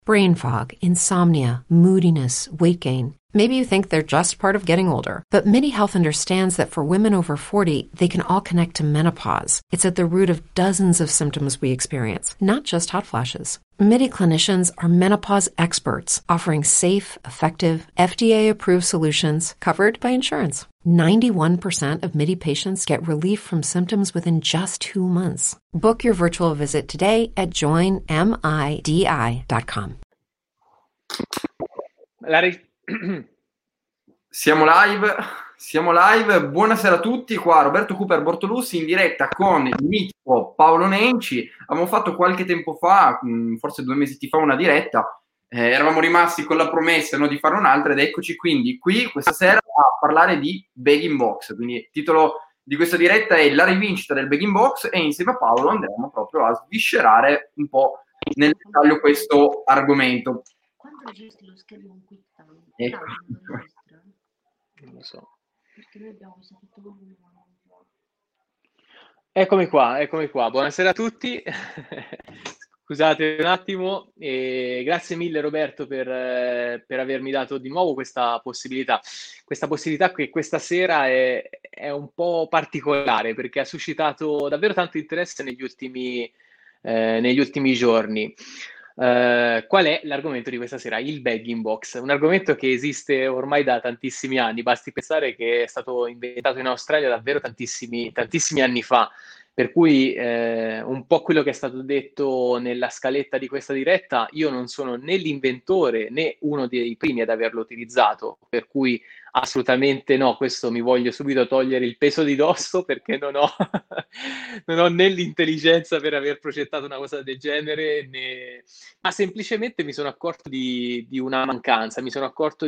Brain fog, insomnia, moodiness, weight gain. Maybe you think they're just part of getting older, but MIDI Health understands that for women over 40, they can all connect to menopause. It's at the root of dozens of symptoms we experience, not just hot flashes. MIDI clinicians are menopause experts, offering safe, effective, FDA-approved solutions covered by insurance. 91% of MIDI patients get relief from symptoms within just 2 months. Book your virtual visit today at joinmidi.com. Siamo live, buonasera a tutti, qua Roberto Cooper Bortolussi in diretta con il mitico Paolo Nenci. Abbiamo fatto qualche tempo fa, forse 2 mesi fa, una diretta, eravamo rimasti con la promessa, no, di fare un'altra, ed eccoci quindi qui questa sera a parlare di Bag-in-Box. Quindi il titolo di questa diretta è La rivincita del Bag-in-Box, e insieme a Paolo andremo proprio a sviscerare un po' nel dettaglio questo argomento. Quando registri lo schermo qui, Ecco. non lo so. Perché noi abbiamo questo tutto. Eccomi qua. Buonasera a tutti. Scusate un attimo e grazie mille Roberto per avermi dato di nuovo questa possibilità che questa sera è un po' particolare perché ha suscitato davvero tanto interesse negli ultimi giorni. Qual è l'argomento di questa sera? Il Bag-in-Box, un argomento che esiste ormai da tantissimi anni. Basti pensare che è stato inventato in Australia davvero tantissimi anni fa, per cui un po' quello che è stato detto nella scaletta di questa diretta, io non sono né l'inventore né uno dei primi ad averlo utilizzato, per cui assolutamente no, questo mi voglio subito togliere il peso di dosso perché non ho né l'intelligenza per aver progettato una cosa del genere, ma semplicemente mi sono accorto di una mancanza, mi sono accorto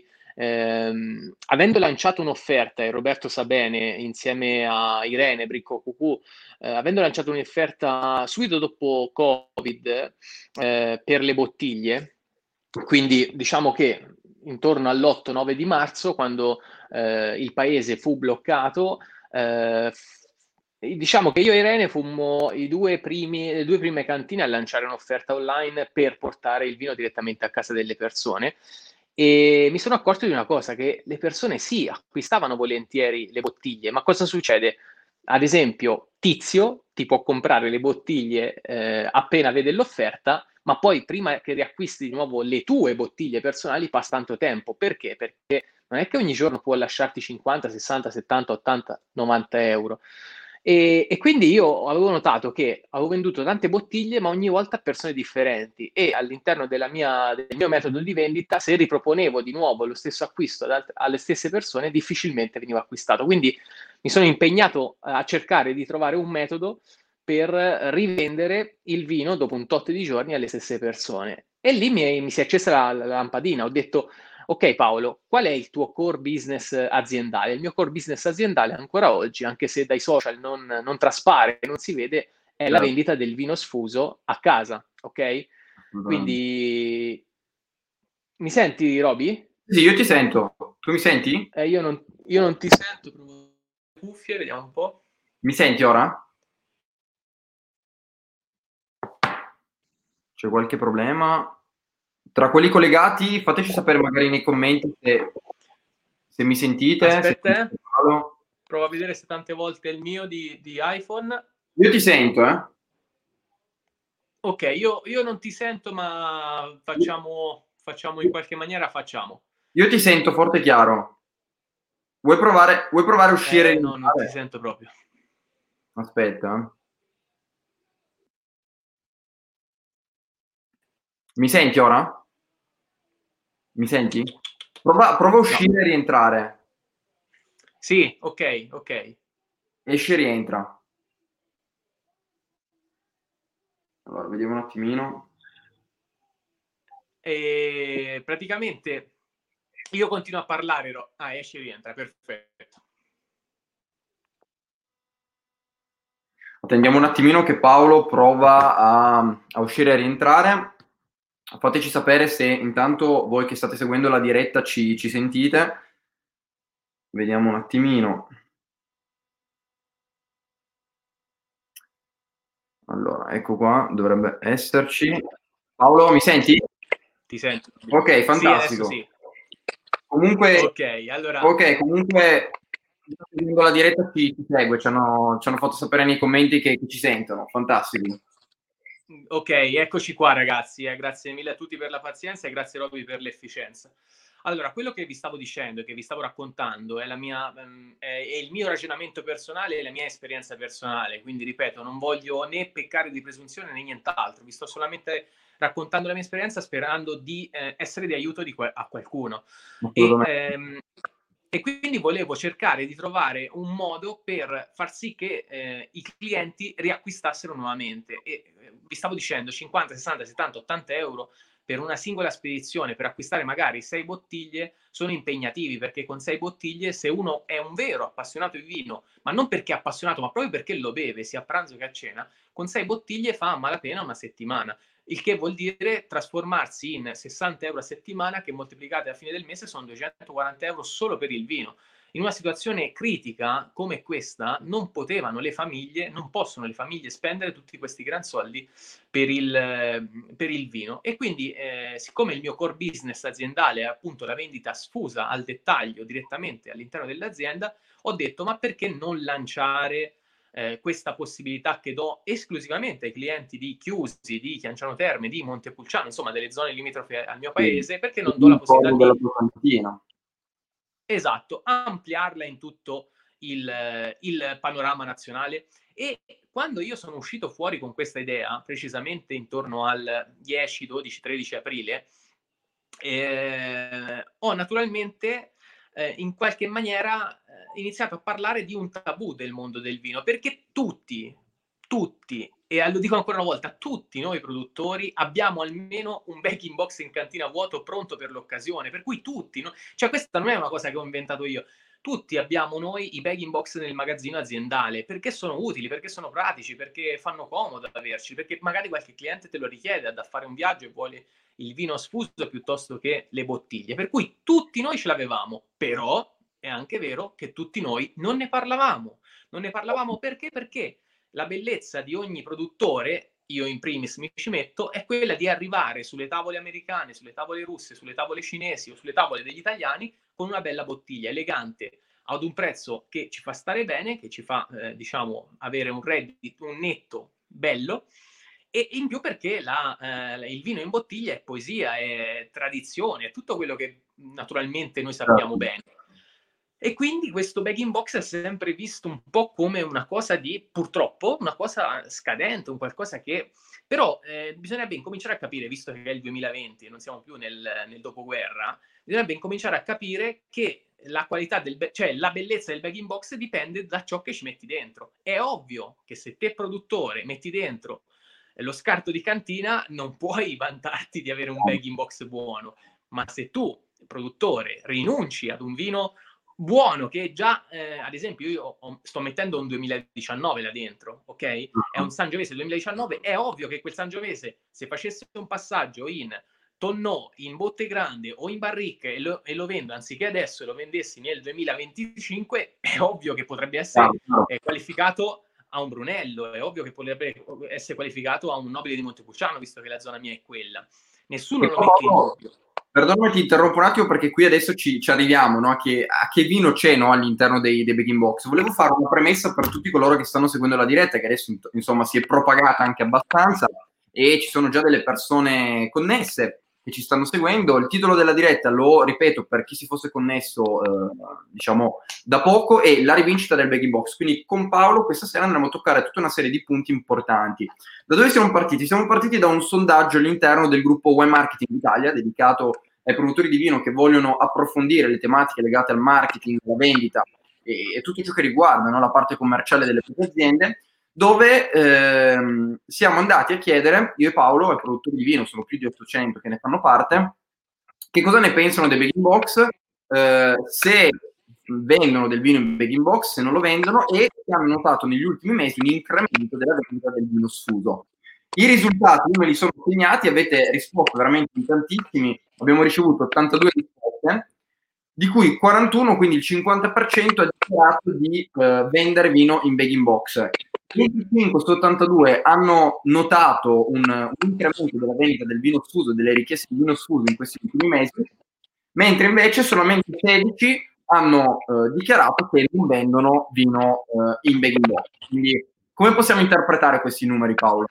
avendo lanciato un'offerta, e Roberto sa bene, insieme a Irene Bricco Cucù, avendo lanciato un'offerta subito dopo Covid per le bottiglie, quindi diciamo che intorno all'8-9 di marzo, quando il paese fu bloccato, diciamo che io e Irene fummo le due prime cantine a lanciare un'offerta online per portare il vino direttamente a casa delle persone. E mi sono accorto di una cosa, che le persone sì, acquistavano volentieri le bottiglie, ma cosa succede? Ad esempio, Tizio ti può comprare le bottiglie appena vede l'offerta, ma poi prima che riacquisti di nuovo le tue bottiglie personali passa tanto tempo. Perché? Perché non è che ogni giorno può lasciarti 50, 60, 70, 80, 90 euro. E quindi io avevo notato che avevo venduto tante bottiglie, ma ogni volta a persone differenti, e all'interno del mio metodo di vendita, se riproponevo di nuovo lo stesso acquisto alle stesse persone, difficilmente veniva acquistato. Quindi mi sono impegnato a cercare di trovare un metodo per rivendere il vino dopo un tot di giorni alle stesse persone. E lì mi si è accesa la lampadina. Ho detto: ok Paolo, qual è il tuo core business aziendale? Il mio core business aziendale ancora oggi, anche se dai social non traspare, non si vede, è la vendita del vino sfuso a casa, ok? Quindi mi senti, Roby? Sì, io ti sento. Tu mi senti? Io non ti sento, provo le cuffie, vediamo un po'. Mi senti ora? C'è qualche problema? Tra quelli collegati, fateci sapere magari nei commenti se mi sentite. Aspetta, provo a vedere se tante volte è il mio di iPhone. Io ti sento, eh? Ok, io non ti sento, ma facciamo in qualche maniera, facciamo. Io ti sento forte e chiaro. Vuoi provare a uscire? No, non ti sento proprio. Aspetta. Mi senti ora? Mi senti? Prova a uscire e rientrare. Sì, ok. Esci e rientra. Allora, vediamo un attimino. E praticamente io continuo a parlare. Esci e rientra, perfetto. Attendiamo un attimino che Paolo prova a uscire e rientrare. Fateci sapere se intanto voi che state seguendo la diretta ci sentite. Vediamo un attimino. Allora, ecco qua, dovrebbe esserci. Paolo, mi senti? Ti sento? Ok, Sì, fantastico. adesso sì. Comunque, Ok, allora... comunque, seguendo la diretta ci segue, ci hanno fatto sapere nei commenti che ci sentono, fantastico. Ok, eccoci qua ragazzi, grazie mille a tutti per la pazienza e grazie Roby per l'efficienza. Allora, quello che vi stavo dicendo, che vi stavo raccontando, è il mio ragionamento personale e la mia esperienza personale, quindi ripeto, non voglio né peccare di presunzione né nient'altro, vi sto solamente raccontando la mia esperienza sperando di essere di aiuto a qualcuno. E quindi volevo cercare di trovare un modo per far sì che i clienti riacquistassero nuovamente. E vi stavo dicendo 50, 60, 70, 80 euro per una singola spedizione, per acquistare magari 6 bottiglie, sono impegnativi, perché con 6 bottiglie, se uno è un vero appassionato di vino, ma non perché è appassionato, ma proprio perché lo beve, sia a pranzo che a cena, con 6 bottiglie fa a malapena una settimana. Il che vuol dire trasformarsi in 60 euro a settimana, che moltiplicate a fine del mese sono 240 euro solo per il vino. In una situazione critica come questa non possono le famiglie spendere tutti questi gran soldi per il vino. E quindi, siccome il mio core business aziendale è appunto la vendita sfusa al dettaglio direttamente all'interno dell'azienda, ho detto: ma perché non lanciare questa possibilità che do esclusivamente ai clienti di Chiusi, di Chianciano Terme, di Montepulciano, insomma delle zone limitrofe al mio paese, perché non do la possibilità di... Esatto, ampliarla in tutto il panorama nazionale. E quando io sono uscito fuori con questa idea, precisamente intorno al 10, 12, 13 aprile, ho naturalmente in qualche maniera iniziato a parlare di un tabù del mondo del vino, perché tutti, e lo dico ancora una volta, tutti noi produttori abbiamo almeno un back-in box in cantina vuoto pronto per l'occasione, per cui tutti, no? Cioè questa non è una cosa che ho inventato io, tutti abbiamo noi i back-in box nel magazzino aziendale, perché sono utili, perché sono pratici, perché fanno comodo averci, perché magari qualche cliente te lo richiede da fare un viaggio e vuole il vino sfuso piuttosto che le bottiglie, per cui tutti noi ce l'avevamo, però è anche vero che tutti noi non ne parlavamo. Non ne parlavamo perché la bellezza di ogni produttore, io in primis mi ci metto, è quella di arrivare sulle tavole americane, sulle tavole russe, sulle tavole cinesi o sulle tavole degli italiani con una bella bottiglia elegante ad un prezzo che ci fa stare bene, che ci fa diciamo avere un reddito, un netto bello, e in più perché il vino in bottiglia è poesia, è tradizione, è tutto quello che naturalmente noi sappiamo bene. E quindi questo bag-in box è sempre visto un po' come una cosa di, purtroppo, una cosa scadente, un qualcosa che... Però bisognerebbe incominciare a capire, visto che è il 2020 e non siamo più nel dopoguerra, bisognerebbe incominciare a capire che la qualità cioè la bellezza del bag-in box dipende da ciò che ci metti dentro. È ovvio che se te produttore metti dentro lo scarto di cantina non puoi vantarti di avere un bag-in box buono, ma se tu, produttore, rinunci ad un vino buono che già, ad esempio, io sto mettendo un 2019 là dentro, ok? È un Sangiovese 2019, è ovvio che quel Sangiovese, se facesse un passaggio in tonnò, in botte grande o in barrique e lo vendo, anziché adesso lo vendessi nel 2025, è ovvio che potrebbe essere qualificato a un Brunello, è ovvio che potrebbe essere qualificato a un Nobile di Montepulciano, visto che la zona mia è quella. Nessuno lo mette in dubbio. Perdonami, ti interrompo un attimo perché qui adesso ci arriviamo, no? A che vino c'è, no? All'interno dei back-in box. Volevo fare una premessa per tutti coloro che stanno seguendo la diretta, che adesso insomma si è propagata anche abbastanza e ci sono già delle persone connesse che ci stanno seguendo. Il titolo della diretta, lo ripeto per chi si fosse connesso diciamo da poco, è la rivincita del back-in box. Quindi con Paolo questa sera andremo a toccare tutta una serie di punti importanti. Da dove siamo partiti? Siamo partiti da un sondaggio all'interno del gruppo Wine Marketing Italia, dedicato ai produttori di vino che vogliono approfondire le tematiche legate al marketing, alla vendita e tutto ciò che riguarda, no, la parte commerciale delle proprie aziende, dove siamo andati a chiedere, io e Paolo, ai produttori di vino, sono più di 800 che ne fanno parte, che cosa ne pensano dei bag-in box, se vendono del vino in bag-in box, se non lo vendono, e se hanno notato negli ultimi mesi un incremento della vendita del vino sfuso. I risultati io me li sono segnati, avete risposto veramente in tantissimi, abbiamo ricevuto 82 risposte, di cui 41, quindi il 50%, ha dichiarato di vendere vino in bag-in box. 25 su 82 hanno notato un incremento della vendita del vino sfuso, delle richieste di vino sfuso in questi ultimi mesi, mentre invece solamente 16 hanno dichiarato che non vendono vino in bag-in-box. Quindi come possiamo interpretare questi numeri, Paolo?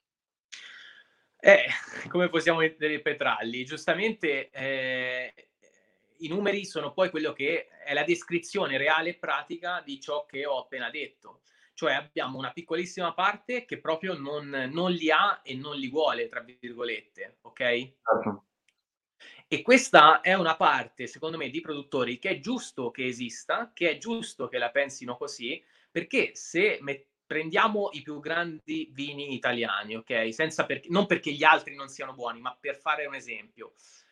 Come possiamo interpretarli? Giustamente i numeri sono poi quello che è la descrizione reale e pratica di ciò che ho appena detto. Cioè abbiamo una piccolissima parte che proprio non li ha e non li vuole, tra virgolette, ok? Certo. E questa è una parte, secondo me, di produttori che è giusto che esista, che è giusto che la pensino così, perché se prendiamo i più grandi vini italiani, ok? Non perché gli altri non siano buoni, ma per fare un esempio.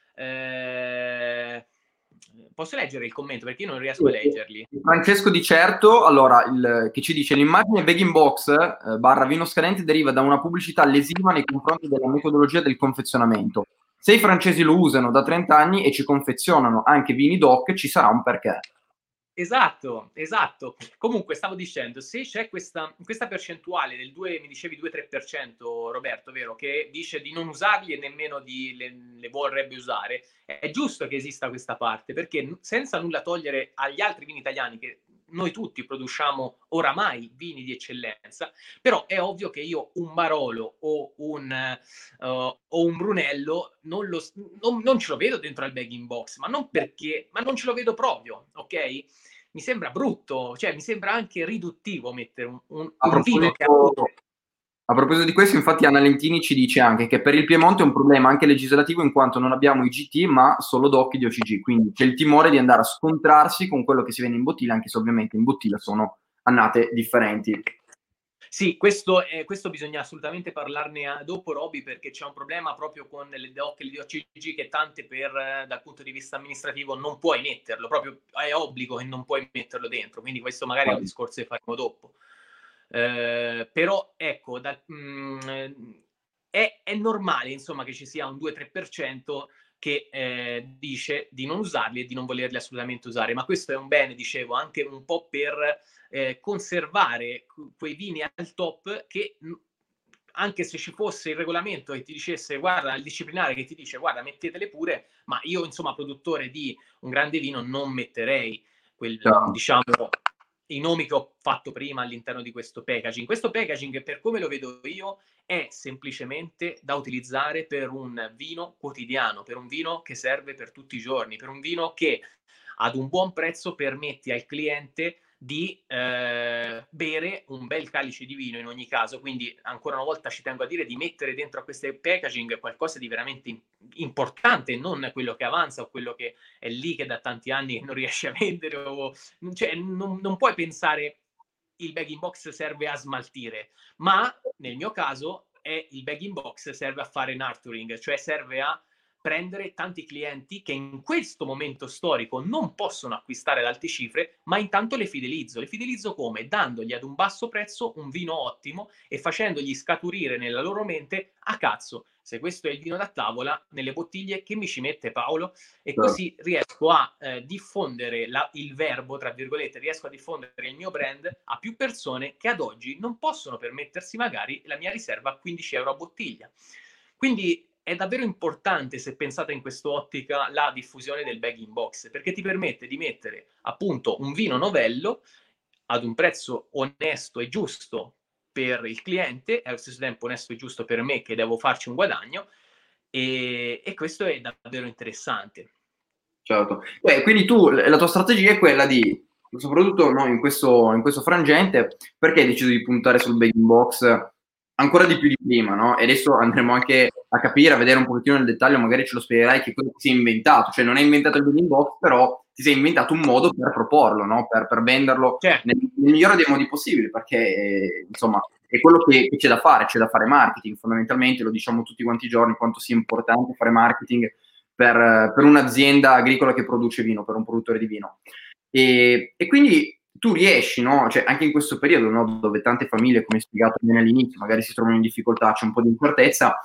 Posso leggere il commento perché io non riesco a leggerli. Francesco Di Certo, allora, che ci dice: l'immagine bag-in-box barra vino scadente deriva da una pubblicità lesiva nei confronti della metodologia del confezionamento. Se i francesi lo usano da 30 anni e ci confezionano anche vini DOC, ci sarà un perché. Esatto. Comunque stavo dicendo, se c'è questa percentuale del 2, mi dicevi 2-3%, Roberto, vero, che dice di non usarli e nemmeno le vorrebbe usare, è giusto che esista questa parte, perché senza nulla togliere agli altri vini italiani, che noi tutti produciamo oramai vini di eccellenza, però è ovvio che io un Barolo o un Brunello non ce lo vedo dentro al bag-in-box, ma non ce lo vedo proprio, ok? Mi sembra brutto, cioè mi sembra anche riduttivo mettere un vino che ha... A proposito di questo, infatti Anna Lentini ci dice anche che per il Piemonte è un problema anche legislativo in quanto non abbiamo i GT ma solo DOC di OCG, quindi c'è il timore di andare a scontrarsi con quello che si vende in bottiglia, anche se ovviamente in bottiglia sono annate differenti. Sì, questo bisogna assolutamente parlarne dopo, Roby, perché c'è un problema proprio con le DOC e le DOCG che tante dal punto di vista amministrativo non puoi metterlo, proprio è obbligo che non puoi metterlo dentro, quindi questo magari è un discorso che faremo dopo. Però ecco, è normale insomma che ci sia un 2-3% che dice di non usarli e di non volerli assolutamente usare, ma questo è un bene, dicevo, anche un po' per conservare quei vini al top che anche se ci fosse il regolamento che ti dicesse, guarda, il disciplinare che ti dice, guarda, mettetele pure, ma io, insomma, produttore di un grande vino, non metterei diciamo, i nomi che ho fatto prima all'interno di questo packaging. Questo packaging, per come lo vedo io, è semplicemente da utilizzare per un vino quotidiano, per un vino che serve per tutti i giorni, per un vino che ad un buon prezzo permetti al cliente di bere un bel calice di vino in ogni caso. Quindi ancora una volta ci tengo a dire di mettere dentro a queste packaging qualcosa di veramente importante, non quello che avanza o quello che è lì che da tanti anni non riesci a vendere cioè, non puoi pensare il bag-in-box serve a smaltire, ma nel mio caso il bag-in-box serve a fare nurturing, cioè serve a prendere tanti clienti che in questo momento storico non possono acquistare ad alte cifre, ma intanto le fidelizzo. Le fidelizzo come? Dandogli ad un basso prezzo un vino ottimo e facendogli scaturire nella loro mente a cazzo, se questo è il vino da tavola, nelle bottiglie che mi ci mette Paolo? E così riesco a diffondere il verbo, tra virgolette, riesco a diffondere il mio brand a più persone che ad oggi non possono permettersi magari la mia riserva a 15 euro a bottiglia. Quindi è davvero importante, se pensate in quest'ottica, la diffusione del bag-in-box, perché ti permette di mettere appunto un vino novello ad un prezzo onesto e giusto per il cliente, e allo stesso tempo onesto e giusto per me che devo farci un guadagno, e questo è davvero interessante. Certo. Quindi la tua strategia è quella di, soprattutto no, in questo frangente, perché hai deciso di puntare sul bag-in-box ancora di più di prima, no? E adesso andremo anche a capire, a vedere un pochettino nel dettaglio, magari ce lo spiegherai che cosa ti sei inventato, cioè non hai inventato il bag-in-box, però ti sei inventato un modo per proporlo, no? Per venderlo nel migliore dei modi possibili, perché insomma è quello che c'è da fare marketing, fondamentalmente lo diciamo tutti quanti i giorni, quanto sia importante fare marketing per un'azienda agricola che produce vino, per un produttore di vino. E quindi tu riesci, no? Cioè, anche in questo periodo, no? Dove tante famiglie, come spiegato bene all'inizio, magari si trovano in difficoltà, c'è un po' di incertezza,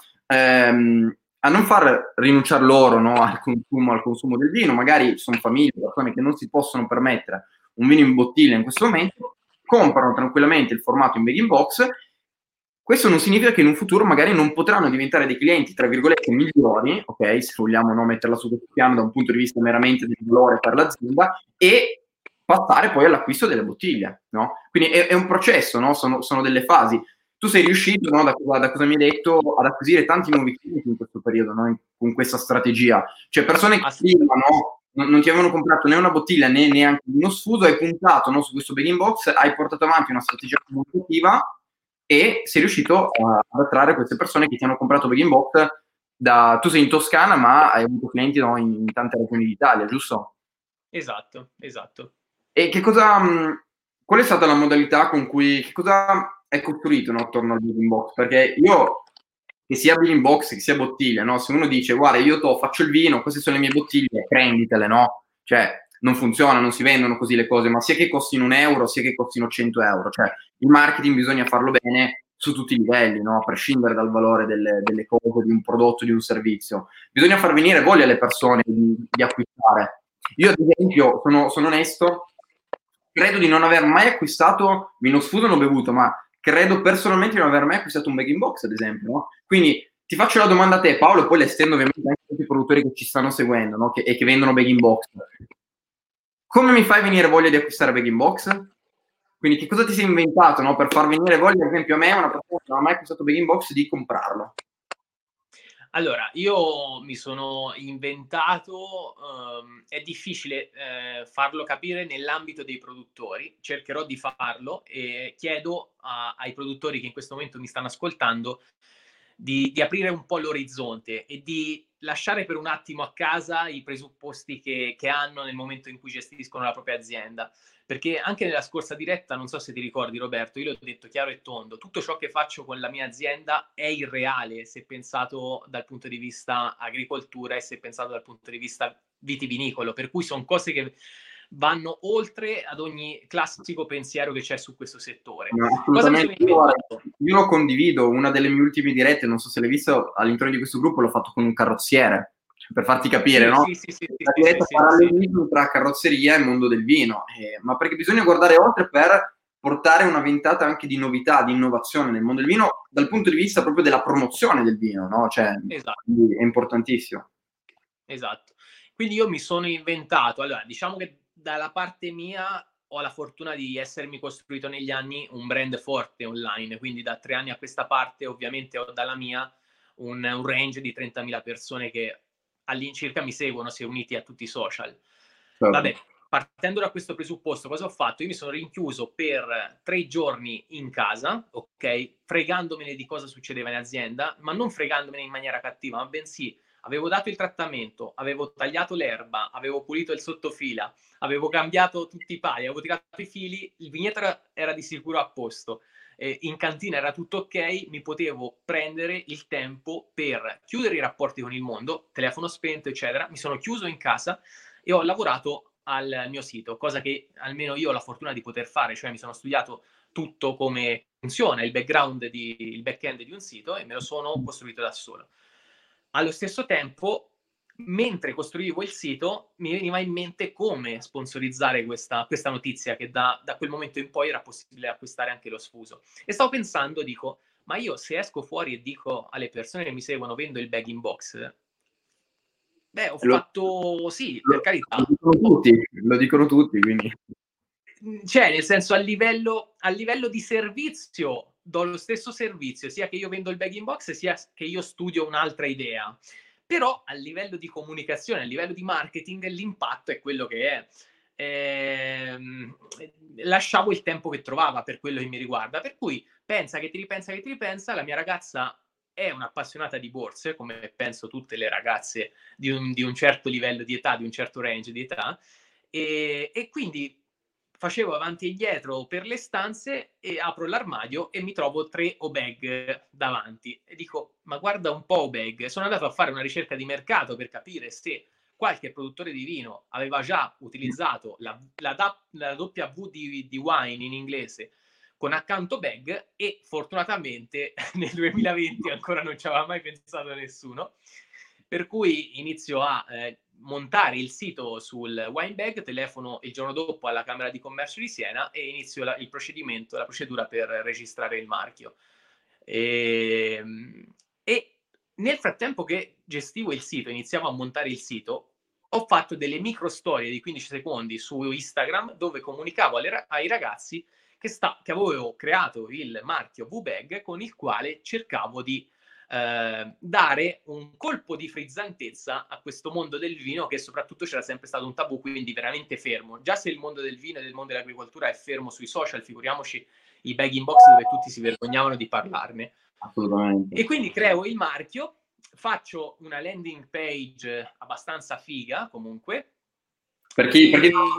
a non far rinunciare loro, no? al consumo del vino. Magari sono famiglie, persone che non si possono permettere un vino in bottiglia in questo momento, comprano tranquillamente il formato in bag-in-box. Questo non significa che in un futuro magari non potranno diventare dei clienti, tra virgolette, migliori, ok? Se vogliamo non metterla su questo piano da un punto di vista meramente del valore per l'azienda, e passare poi all'acquisto delle bottiglie, no? Quindi è un processo, no? Sono delle fasi. Tu sei riuscito, no, da cosa mi hai detto, ad acquisire tanti nuovi clienti in questo periodo, no? Con questa strategia. Cioè persone che prima, no, non ti avevano comprato né una bottiglia né neanche uno sfuso, hai puntato, no, su questo bag-in-box, hai portato avanti una strategia comunicativa e sei riuscito ad attrarre queste persone che ti hanno comprato bag-in-box. Tu sei in Toscana, ma hai avuto clienti, no, in tante regioni d'Italia, giusto? Esatto. E qual è stata la modalità con cui, che cosa è costruito, no, attorno al bag-in-box? Perché io, che sia bag-in-box, che sia bottiglia, no? Se uno dice, guarda, io faccio il vino, queste sono le mie bottiglie, prenditele, no? Cioè, non funziona, non si vendono così le cose, ma sia che costino €1, sia che costino €100. Cioè, il marketing bisogna farlo bene su tutti i livelli, no? A prescindere dal valore delle cose, di un prodotto, di un servizio. Bisogna far venire voglia alle persone di acquistare. Io, ad esempio, sono onesto, credo di non aver mai acquistato vino sfuso, non bevuto, ma credo personalmente di non aver mai acquistato un bag-in-box, ad esempio, no? Quindi ti faccio la domanda a te, Paolo, e poi le estendo ovviamente anche a tutti i produttori che ci stanno seguendo, no? E che vendono bag-in-box. Come mi fai venire voglia di acquistare bag-in-box? Quindi che cosa ti sei inventato, no? Per far venire voglia, ad esempio, a me, una persona che non ha mai acquistato bag-in-box, di comprarlo? Allora, io mi sono inventato, è difficile farlo capire nell'ambito dei produttori, cercherò di farlo e chiedo ai produttori che in questo momento mi stanno ascoltando di aprire un po' l'orizzonte e di lasciare per un attimo a casa i presupposti che hanno nel momento in cui gestiscono la propria azienda. Perché anche nella scorsa diretta, non so se ti ricordi Roberto, io l'ho detto chiaro e tondo, tutto ciò che faccio con la mia azienda è irreale se pensato dal punto di vista agricoltura e se pensato dal punto di vista vitivinicolo, per cui sono cose che vanno oltre ad ogni classico pensiero che c'è su questo settore. No, assolutamente. Io lo condivido, una delle mie ultime dirette, non so se l'hai visto, all'interno di questo gruppo l'ho fatto con un carrozziere, per farti capire, sì, no? Sì, la diretta parallelismo tra carrozzeria e mondo del vino, ma perché bisogna guardare oltre per portare una ventata anche di novità, di innovazione nel mondo del vino, dal punto di vista proprio della promozione del vino, no? Cioè, esatto. È importantissimo. Esatto. Quindi io mi sono inventato, allora, diciamo che dalla parte mia ho la fortuna di essermi costruito negli anni un brand forte online, quindi da 3 anni a questa parte ovviamente ho dalla mia un range di 30.000 persone che all'incirca mi seguono, si è uniti a tutti i social. Certo. Vabbè, partendo da questo presupposto, cosa ho fatto? Io mi sono rinchiuso per 3 giorni in casa, ok? Fregandomene di cosa succedeva in azienda, ma non fregandomene in maniera cattiva, ma bensì avevo dato il trattamento, avevo tagliato l'erba, avevo pulito il sottofila, avevo cambiato tutti i pali, avevo tirato i fili, il vigneto era di sicuro a posto. In cantina era tutto ok, mi potevo prendere il tempo per chiudere i rapporti con il mondo, telefono spento, eccetera. Mi sono chiuso in casa e ho lavorato al mio sito, cosa che almeno io ho la fortuna di poter fare, cioè mi sono studiato tutto come funziona il backend di un sito e me lo sono costruito da solo. Allo stesso tempo, mentre costruivo il sito, mi veniva in mente come sponsorizzare questa notizia che da quel momento in poi era possibile acquistare anche lo sfuso. E stavo pensando, dico, ma io se esco fuori e dico alle persone che mi seguono vendo il bag-in-box, beh, ho fatto sì, per carità. Lo dicono tutti, quindi. Cioè, nel senso, a livello di servizio, do lo stesso servizio, sia che io vendo il bag-in-box, sia che io studio un'altra idea. Però a livello di comunicazione, a livello di marketing, l'impatto è quello che è. Lasciavo il tempo che trovava per quello che mi riguarda. Per cui pensa che ti ripensa, la mia ragazza è un'appassionata di borse, come penso tutte le ragazze di un certo livello di età, di un certo range di età, e quindi facevo avanti e indietro per le stanze e apro l'armadio e mi trovo 3 O-Bag davanti e dico, ma guarda un po' O-Bag. Sono andato a fare una ricerca di mercato per capire se qualche produttore di vino aveva già utilizzato la W di wine in inglese con accanto bag e fortunatamente nel 2020 ancora non ci aveva mai pensato nessuno, per cui inizio a montare il sito sul wine bag, telefono il giorno dopo alla Camera di Commercio di Siena e inizio la procedura per registrare il marchio. E nel frattempo che gestivo il sito, iniziavo a montare il sito, ho fatto delle micro storie di 15 secondi su Instagram dove comunicavo ai ragazzi che avevo creato il marchio VBag, con il quale cercavo di dare un colpo di frizzantezza a questo mondo del vino, che soprattutto c'era sempre stato un tabù, quindi veramente fermo. Già se il mondo del vino e del mondo dell'agricoltura è fermo sui social, figuriamoci i bag in box, dove tutti si vergognavano di parlarne. Assolutamente. E quindi creo il marchio, faccio una landing page abbastanza figa comunque. Perché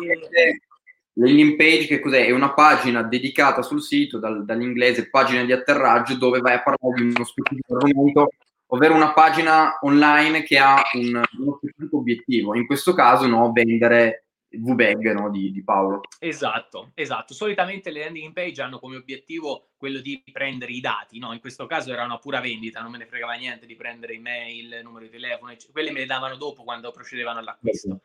landing page che cos'è? È una pagina dedicata sul sito, dall'inglese pagina di atterraggio, dove vai a parlare di uno specifico argomento, ovvero una pagina online che ha uno specifico obiettivo. In questo caso, no, vendere il VBag, no, di Paolo. Esatto. Solitamente le landing page hanno come obiettivo quello di prendere i dati, no? In questo caso era una pura vendita, non me ne fregava niente di prendere email, numero di telefono, quelle me le davano dopo, quando procedevano all'acquisto.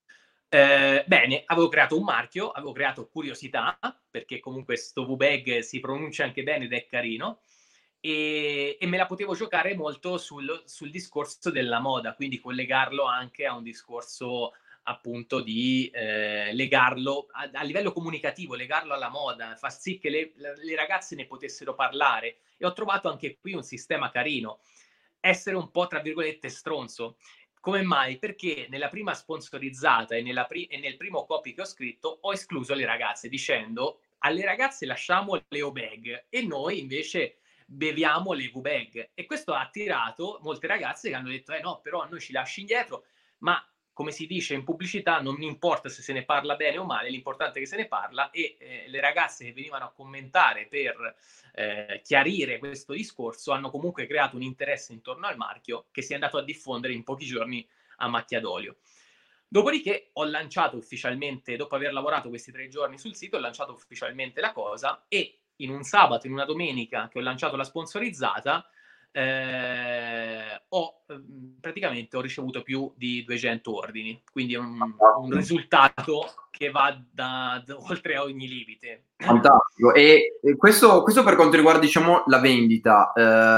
Bene, avevo creato un marchio, avevo creato curiosità, perché comunque sto VBag si pronuncia anche bene ed è carino, e me la potevo giocare molto sul discorso della moda, quindi collegarlo anche a un discorso appunto di legarlo a livello comunicativo, legarlo alla moda, far sì che le ragazze ne potessero parlare. E ho trovato anche qui un sistema carino, essere un po' tra virgolette stronzo. Come mai? Perché nella prima sponsorizzata e nel primo copy che ho scritto ho escluso le ragazze, dicendo: alle ragazze lasciamo le O-bag e noi invece beviamo le V-bag. E questo ha attirato molte ragazze che hanno detto: no, però a noi ci lasci indietro. Ma come si dice in pubblicità, non mi importa se se ne parla bene o male, l'importante è che se ne parla. E le ragazze che venivano a commentare per chiarire questo discorso hanno comunque creato un interesse intorno al marchio, che si è andato a diffondere in pochi giorni a macchia d'olio. Dopodiché ho lanciato ufficialmente, dopo aver lavorato questi 3 giorni sul sito, ho lanciato ufficialmente la cosa, e in un sabato, in una domenica che ho lanciato la sponsorizzata, praticamente ho ricevuto più di 200 ordini, quindi è un risultato che va da oltre a ogni limite. Fantastico. E questo per quanto riguarda, diciamo, la vendita.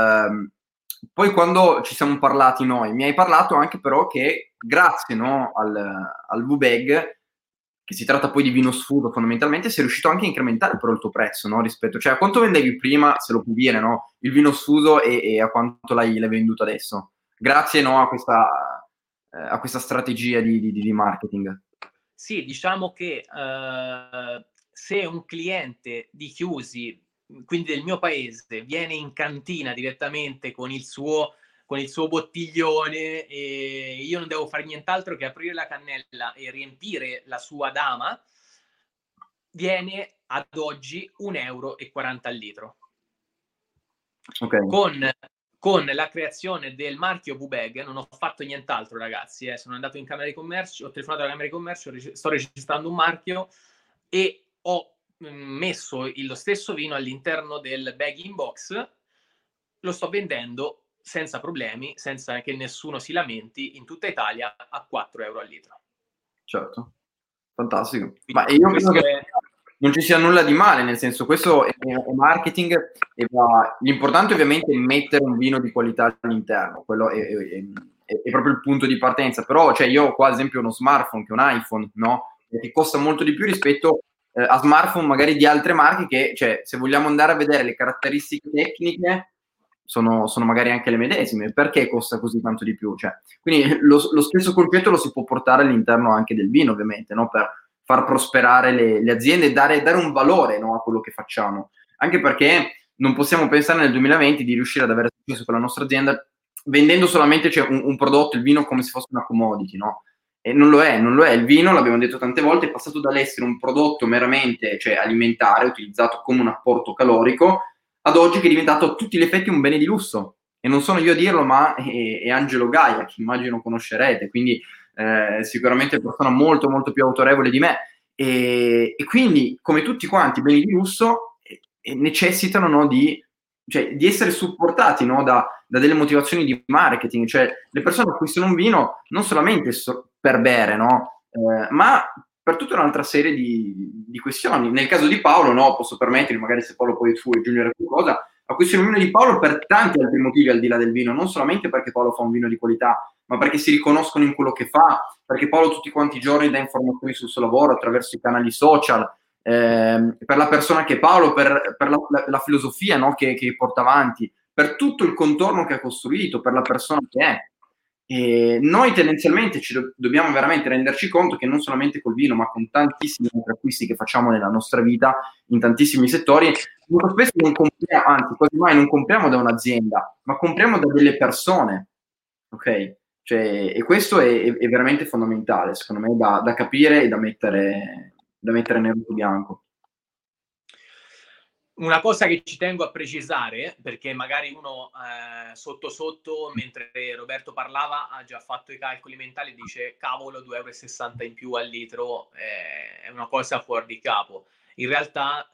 Poi quando ci siamo parlati noi, mi hai parlato anche però che grazie, no, al VBag, che si tratta poi di vino sfuso fondamentalmente, sei riuscito anche a incrementare però il tuo prezzo, no, rispetto, cioè a quanto vendevi prima, se lo puoi dire, no, il vino sfuso, e a quanto l'hai venduto adesso, grazie, no, a questa strategia di marketing. Sì, diciamo che se un cliente di Chiusi, quindi del mio paese, viene in cantina direttamente con il suo bottiglione, e io non devo fare nient'altro che aprire la cannella e riempire la sua dama, viene ad oggi €1,40 al litro. Okay. Con la creazione del marchio VBag non ho fatto nient'altro, ragazzi. Sono andato in Camera di Commercio, ho telefonato alla Camera di Commercio, sto registrando un marchio e ho messo lo stesso vino all'interno del bag in box. Lo sto vendendo senza problemi, senza che nessuno si lamenti, in tutta Italia a €4 al litro. Certo, fantastico. Quindi ma io credo che non ci sia nulla di male, nel senso, questo è marketing, e l'importante ovviamente è mettere un vino di qualità all'interno, quello è proprio il punto di partenza. Però, cioè, io ho qua ad esempio uno smartphone, che è un iPhone, no? Che costa molto di più rispetto a smartphone magari di altre marche, che, cioè, se vogliamo andare a vedere le caratteristiche tecniche, sono magari anche le medesime. Perché costa così tanto di più? Cioè, quindi lo stesso concetto lo si può portare all'interno anche del vino, ovviamente, no? Per far prosperare le aziende e dare un valore, no, a quello che facciamo. Anche perché non possiamo pensare nel 2020 di riuscire ad avere successo con la nostra azienda vendendo solamente, cioè, un prodotto, il vino, come se fosse una commodity, no? E non lo è. Il vino, l'abbiamo detto tante volte, è passato dall'essere un prodotto meramente, cioè, alimentare, utilizzato come un apporto calorico, ad oggi che è diventato a tutti gli effetti un bene di lusso. E non sono io a dirlo, ma è Angelo Gaia, che immagino conoscerete, quindi sicuramente persona molto molto più autorevole di me, e quindi, come tutti quanti beni di lusso, necessitano, no, di essere supportati, no, da delle motivazioni di marketing. Cioè, le persone acquistano un vino non solamente per bere, no? Ma per tutta un'altra serie di questioni. Nel caso di Paolo, no, posso permettermi, magari se Paolo poi tu aggiungere qualcosa, acquisto il vino di Paolo per tanti altri motivi al di là del vino, non solamente perché Paolo fa un vino di qualità, ma perché si riconoscono in quello che fa, perché Paolo tutti quanti i giorni dà informazioni sul suo lavoro attraverso i canali social, per la persona che è Paolo, per la filosofia, no, che porta avanti, per tutto il contorno che ha costruito, per la persona che è. E noi tendenzialmente dobbiamo veramente renderci conto che non solamente col vino, ma con tantissimi altri acquisti che facciamo nella nostra vita, in tantissimi settori, molto spesso non compriamo, anzi quasi mai non compriamo da un'azienda, ma compriamo da delle persone, ok? Cioè, e questo è veramente fondamentale, secondo me, da capire e da mettere nero su bianco. Una cosa che ci tengo a precisare, perché magari uno sotto sotto, mentre Roberto parlava, ha già fatto i calcoli mentali e dice cavolo, 2,60 € in più al litro è una cosa fuori di capo. In realtà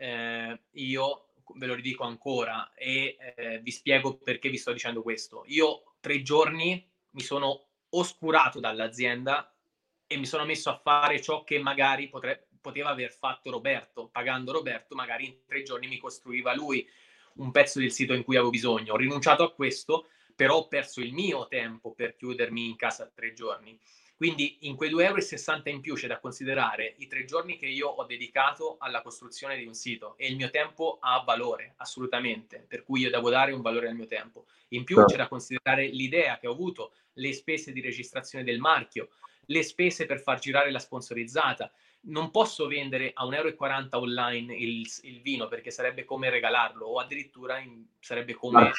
io ve lo ridico ancora e vi spiego perché vi sto dicendo questo. Io 3 giorni mi sono oscurato dall'azienda e mi sono messo a fare ciò che magari poteva aver fatto Roberto. Pagando Roberto, magari in 3 giorni mi costruiva lui un pezzo del sito in cui avevo bisogno. Ho rinunciato a questo, però ho perso il mio tempo per chiudermi in casa 3 giorni. Quindi in quei 2,60 € in più c'è da considerare i 3 giorni che io ho dedicato alla costruzione di un sito, e il mio tempo ha valore, assolutamente, per cui io devo dare un valore al mio tempo. In più c'è da considerare l'idea che ho avuto, le spese di registrazione del marchio, le spese per far girare la sponsorizzata. Non posso vendere a 1,40 € online il vino, perché sarebbe come regalarlo, o addirittura sarebbe come...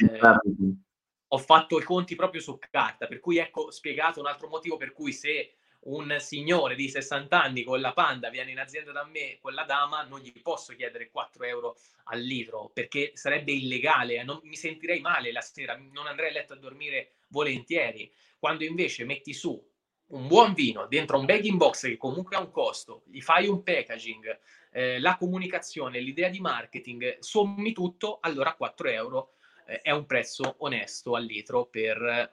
ho fatto i conti proprio su carta, per cui ecco spiegato un altro motivo per cui se un signore di 60 anni con la Panda viene in azienda da me con la dama, non gli posso chiedere 4 € al litro, perché sarebbe illegale, mi sentirei male la sera, non andrei a letto a dormire volentieri. Quando invece metti su un buon vino dentro un bag in box che comunque ha un costo, gli fai un packaging, la comunicazione, l'idea di marketing, sommi tutto, allora 4 € è un prezzo onesto al litro per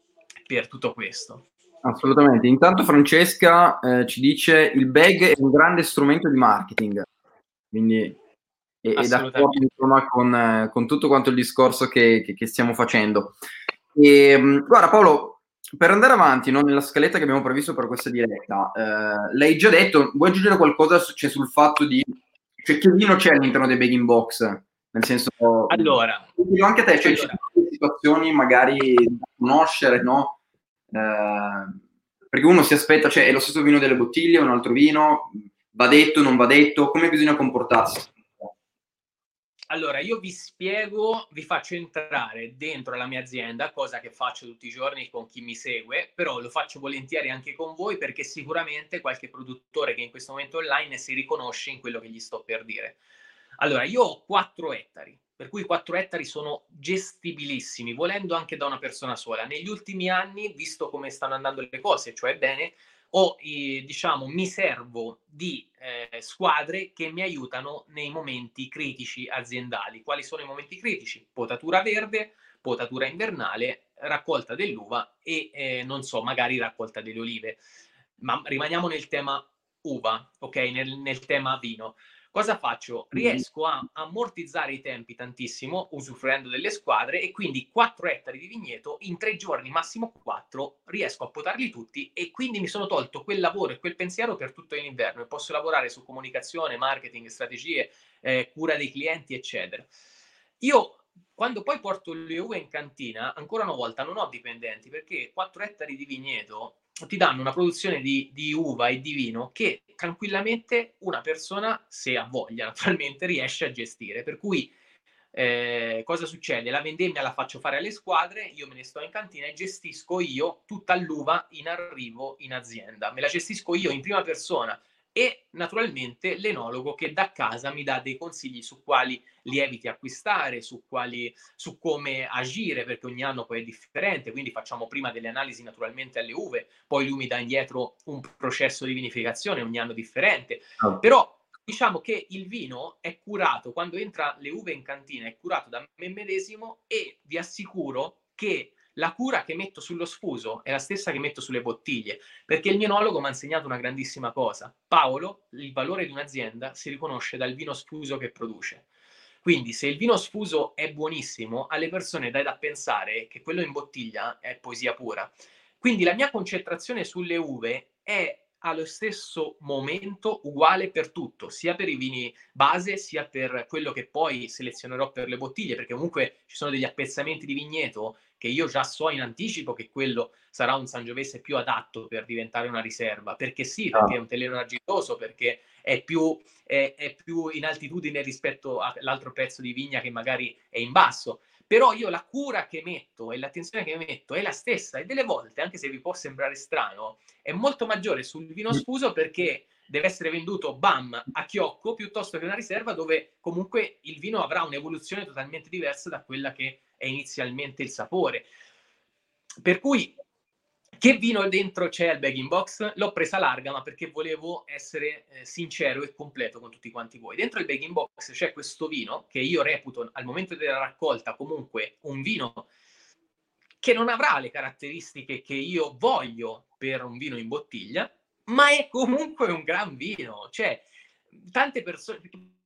tutto questo. Assolutamente. Intanto Francesca ci dice il bag è un grande strumento di marketing, quindi è d'accordo insomma, con tutto quanto il discorso che stiamo facendo. Guarda Paolo, per andare avanti, no, nella scaletta che abbiamo previsto per questa diretta, l'hai già detto, vuoi aggiungere qualcosa sul fatto di, cioè, che vino c'è all'interno dei bag-in box? Nel senso, allora, anche a te, cioè, ci sono situazioni magari da conoscere, no? Perché uno si aspetta, cioè è lo stesso vino delle bottiglie, un altro vino, va detto, non va detto, come bisogna comportarsi? Allora, io vi spiego, vi faccio entrare dentro la mia azienda, cosa che faccio tutti i giorni con chi mi segue, però lo faccio volentieri anche con voi, perché sicuramente qualche produttore che in questo momento è online si riconosce in quello che gli sto per dire. Allora, io ho 4 ettari, per cui 4 ettari sono gestibilissimi, volendo anche da una persona sola. Negli ultimi anni, visto come stanno andando le cose, cioè bene, diciamo, mi servo di squadre che mi aiutano nei momenti critici aziendali. Quali sono i momenti critici? Potatura verde, potatura invernale, raccolta dell'uva e non so, magari raccolta delle olive. Ma rimaniamo nel tema uva, ok? Nel tema vino. Cosa faccio? Riesco a ammortizzare i tempi tantissimo usufruendo delle squadre, e quindi 4 ettari di vigneto in 3 giorni, massimo 4, riesco a potarli tutti, e quindi mi sono tolto quel lavoro e quel pensiero per tutto l'inverno, e posso lavorare su comunicazione, marketing, strategie, cura dei clienti, eccetera. Io quando poi porto le uve in cantina, ancora una volta non ho dipendenti, perché 4 ettari di vigneto ti danno una produzione di uva e di vino che tranquillamente una persona, se ha voglia naturalmente, riesce a gestire. Per cui cosa succede? La vendemmia la faccio fare alle squadre, io me ne sto in cantina e gestisco io tutta l'uva in arrivo in azienda. Me la gestisco io in prima persona, e naturalmente l'enologo che da casa mi dà dei consigli su quali lieviti acquistare, su come agire, perché ogni anno poi è differente, quindi facciamo prima delle analisi naturalmente alle uve, poi lui mi dà indietro un processo di vinificazione ogni anno differente. Però diciamo che il vino è curato, quando entra le uve in cantina è curato da me medesimo, e vi assicuro che la cura che metto sullo sfuso è la stessa che metto sulle bottiglie, perché il mio enologo mi ha insegnato una grandissima cosa. Paolo, il valore di un'azienda si riconosce dal vino sfuso che produce. Quindi se il vino sfuso è buonissimo, alle persone dai da pensare che quello in bottiglia è poesia pura. Quindi la mia concentrazione sulle uve è allo stesso momento uguale per tutto, sia per i vini base, sia per quello che poi selezionerò per le bottiglie, perché comunque ci sono degli appezzamenti di vigneto che io già so in anticipo che quello sarà un Sangiovese più adatto per diventare una riserva, perché sì, perché è un teleno argilloso, perché è più in altitudine rispetto all'altro pezzo di vigna che magari è in basso. Però io la cura che metto e l'attenzione che metto è la stessa, e delle volte, anche se vi può sembrare strano, è molto maggiore sul vino sfuso, perché deve essere venduto bam a chiocco, piuttosto che una riserva dove comunque il vino avrà un'evoluzione totalmente diversa da quella che è inizialmente il sapore. Per cui, che vino dentro c'è al bag in box? L'ho presa larga, ma perché volevo essere sincero e completo con tutti quanti voi. Dentro il bag in box c'è questo vino che io reputo al momento della raccolta comunque un vino che non avrà le caratteristiche che io voglio per un vino in bottiglia, ma è comunque un gran vino. Cioè, tante persone...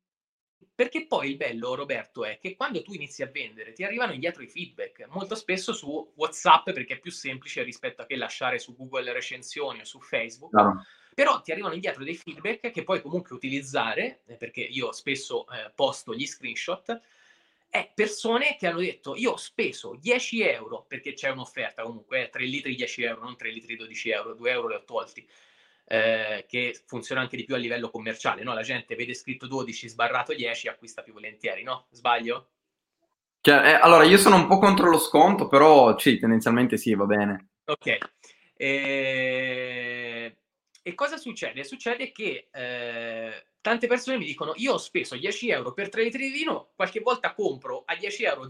Perché poi il bello, Roberto, è che quando tu inizi a vendere ti arrivano indietro i feedback, molto spesso su WhatsApp, perché è più semplice rispetto a che lasciare su Google recensioni o su Facebook. Claro. Però ti arrivano indietro dei feedback che puoi comunque utilizzare, perché io spesso posto gli screenshot, persone che hanno detto io ho speso 10 euro, perché c'è un'offerta comunque, 3 litri 10 euro, non 3 litri 12 euro, 2 euro li ho tolti, che funziona anche di più a livello commerciale, no? La gente vede scritto 12 sbarrato 10, acquista più volentieri, no? Sbaglio? Cioè, allora, io sono un po' contro lo sconto, però sì, tendenzialmente sì, va bene. Ok. E cosa succede? Succede che tante persone mi dicono io ho speso 10 euro per 3 litri di vino, qualche volta compro a 10 euro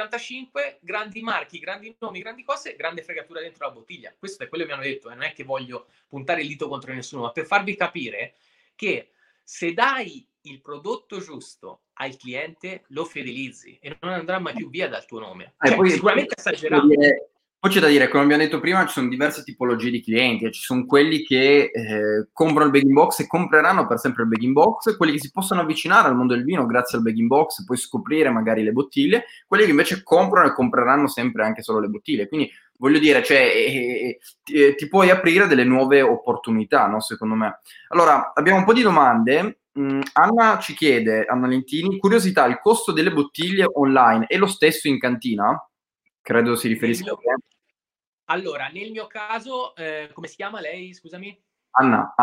0,75, grandi marchi, grandi nomi, grandi cose, grande fregatura dentro la bottiglia. Questo è quello che mi hanno detto, e non è che voglio puntare il dito contro nessuno, ma per farvi capire che se dai il prodotto giusto al cliente lo fidelizzi e non andrà mai più via dal tuo nome. Cioè, sicuramente esagerato. Poi c'è da dire, come abbiamo detto prima, ci sono diverse tipologie di clienti. Ci sono quelli che comprano il bag in box e compreranno per sempre il bag in box, quelli che si possono avvicinare al mondo del vino grazie al bag in box e poi scoprire magari le bottiglie, quelli che invece comprano e compreranno sempre anche solo le bottiglie. Quindi voglio dire, cioè, ti puoi aprire delle nuove opportunità, no? Secondo me. Allora, abbiamo un po' di domande. Anna ci chiede, Anna Lentini, curiosità, il costo delle bottiglie online è lo stesso in cantina? Credo si riferisca a te. Allora, nel mio caso, come si chiama lei, scusami? Anna.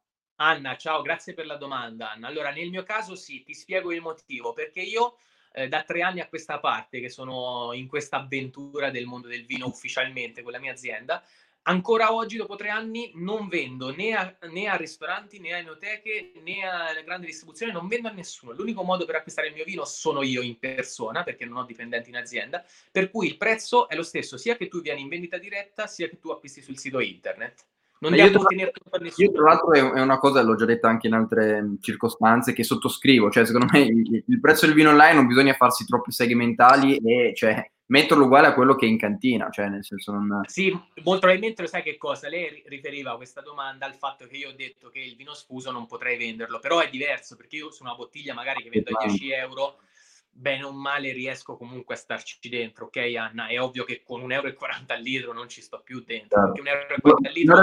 Anna, ciao, grazie per la domanda, Anna. Allora, nel mio caso sì, ti spiego il motivo, perché io da 3 anni a questa parte, che sono in questa avventura del mondo del vino ufficialmente con la mia azienda, ancora oggi, dopo 3 anni, non vendo né a ristoranti, né a enoteche, né a grande distribuzione, non vendo a nessuno. L'unico modo per acquistare il mio vino sono io in persona, perché non ho dipendenti in azienda, per cui il prezzo è lo stesso, sia che tu vieni in vendita diretta, sia che tu acquisti sul sito internet. Non devo tenere conto a nessuno. Io tra l'altro è una cosa, l'ho già detta anche in altre circostanze, che sottoscrivo, cioè secondo me il prezzo del vino online non bisogna farsi troppi segmentali e cioè metterlo uguale a quello che è in cantina, cioè nel senso non... Sì, molto probabilmente lo sai che cosa? Lei riferiva a questa domanda al fatto che io ho detto che il vino sfuso non potrei venderlo, però è diverso, perché io su una bottiglia magari che vendo a 10 euro, bene o male riesco comunque a starci dentro, ok Anna? È ovvio che con 1,40 euro al litro non ci sto più dentro, perché 1,40 euro al litro...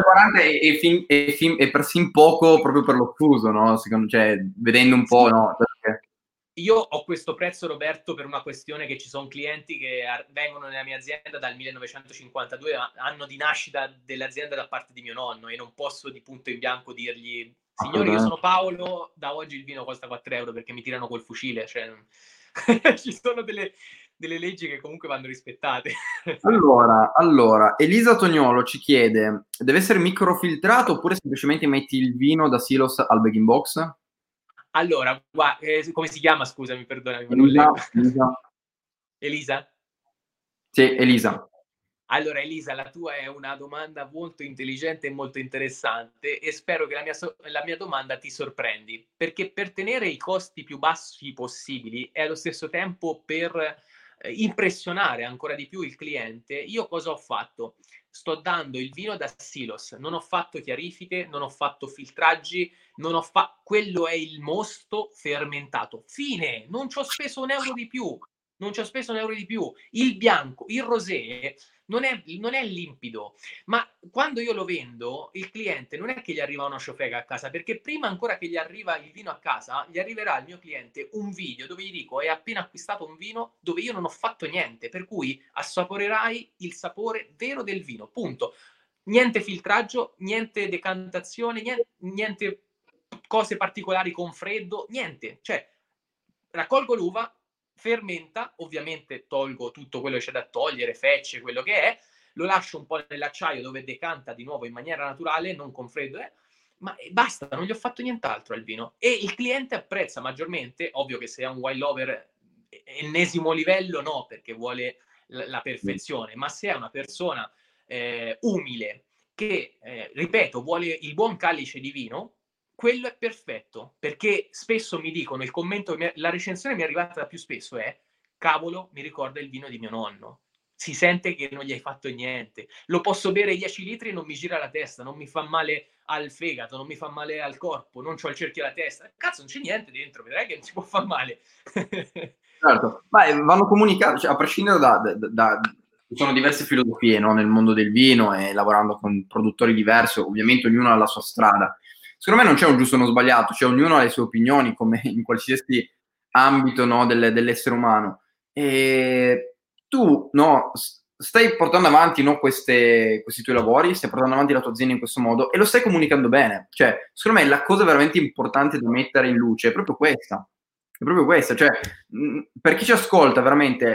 1,40 è persino poco proprio per lo sfuso, no? Secondo, cioè, vedendo un po', no? Perché... Io ho questo prezzo, Roberto, per una questione che ci sono clienti che vengono nella mia azienda dal 1952, anno di nascita dell'azienda da parte di mio nonno, e non posso di punto in bianco dirgli signori, io sono Paolo, da oggi il vino costa 4 euro perché mi tirano col fucile. Cioè, ci sono delle leggi che comunque vanno rispettate. Allora, Elisa Tognolo ci chiede, deve essere microfiltrato oppure semplicemente metti il vino da silos al bag in box? Allora, come si chiama? Scusami, perdonami, ma Elisa, non leggo. Elisa? Sì, Elisa. Allora, Elisa, la tua è una domanda molto intelligente e molto interessante, e spero che la mia domanda ti sorprendi, perché per tenere i costi più bassi possibili e allo stesso tempo per impressionare ancora di più il cliente, io cosa ho fatto? Sto dando il vino da silos, non ho fatto chiarifiche, non ho fatto filtraggi, quello è il mosto fermentato. Fine, non ci ho speso un euro di più. Non ci ho speso un euro di più. Il bianco, il rosé non è limpido, ma quando io lo vendo, il cliente non è che gli arriva una ciofeca a casa, perché prima ancora che gli arriva il vino a casa, gli arriverà al mio cliente un video dove gli dico: hai appena acquistato un vino dove io non ho fatto niente, per cui assaporerai il sapore vero del vino, punto. Niente filtraggio, niente decantazione, niente cose particolari con freddo, niente. Cioè, raccolgo l'uva, fermenta, ovviamente tolgo tutto quello che c'è da togliere, fecce, quello che è, lo lascio un po' nell'acciaio dove decanta di nuovo in maniera naturale, non con freddo, ma basta, non gli ho fatto nient'altro al vino. E il cliente apprezza maggiormente, ovvio che se è un wine lover ennesimo livello no, perché vuole la perfezione, ma se è una persona umile che, ripeto, vuole il buon calice di vino, quello è perfetto, perché spesso mi dicono, il commento, la recensione mi è arrivata più spesso è: cavolo, mi ricorda il vino di mio nonno. Si sente che non gli hai fatto niente. Lo posso bere 10 litri e non mi gira la testa, non mi fa male al fegato, non mi fa male al corpo, non c'ho il cerchio alla testa. Cazzo, non c'è niente dentro, vedrai che non si può far male. Certo, ma vanno comunicati, cioè, a prescindere ci sono diverse filosofie, no, nel mondo del vino, e lavorando con produttori diversi, ovviamente ognuno ha la sua strada. Secondo me non c'è un giusto o uno sbagliato, cioè ognuno ha le sue opinioni, come in qualsiasi ambito, no, dell'essere umano. E tu, no, stai portando avanti, no, questi tuoi lavori, stai portando avanti la tua azienda in questo modo e lo stai comunicando bene. Cioè, secondo me la cosa veramente importante da mettere in luce è proprio questa. È proprio questa, cioè, per chi ci ascolta veramente,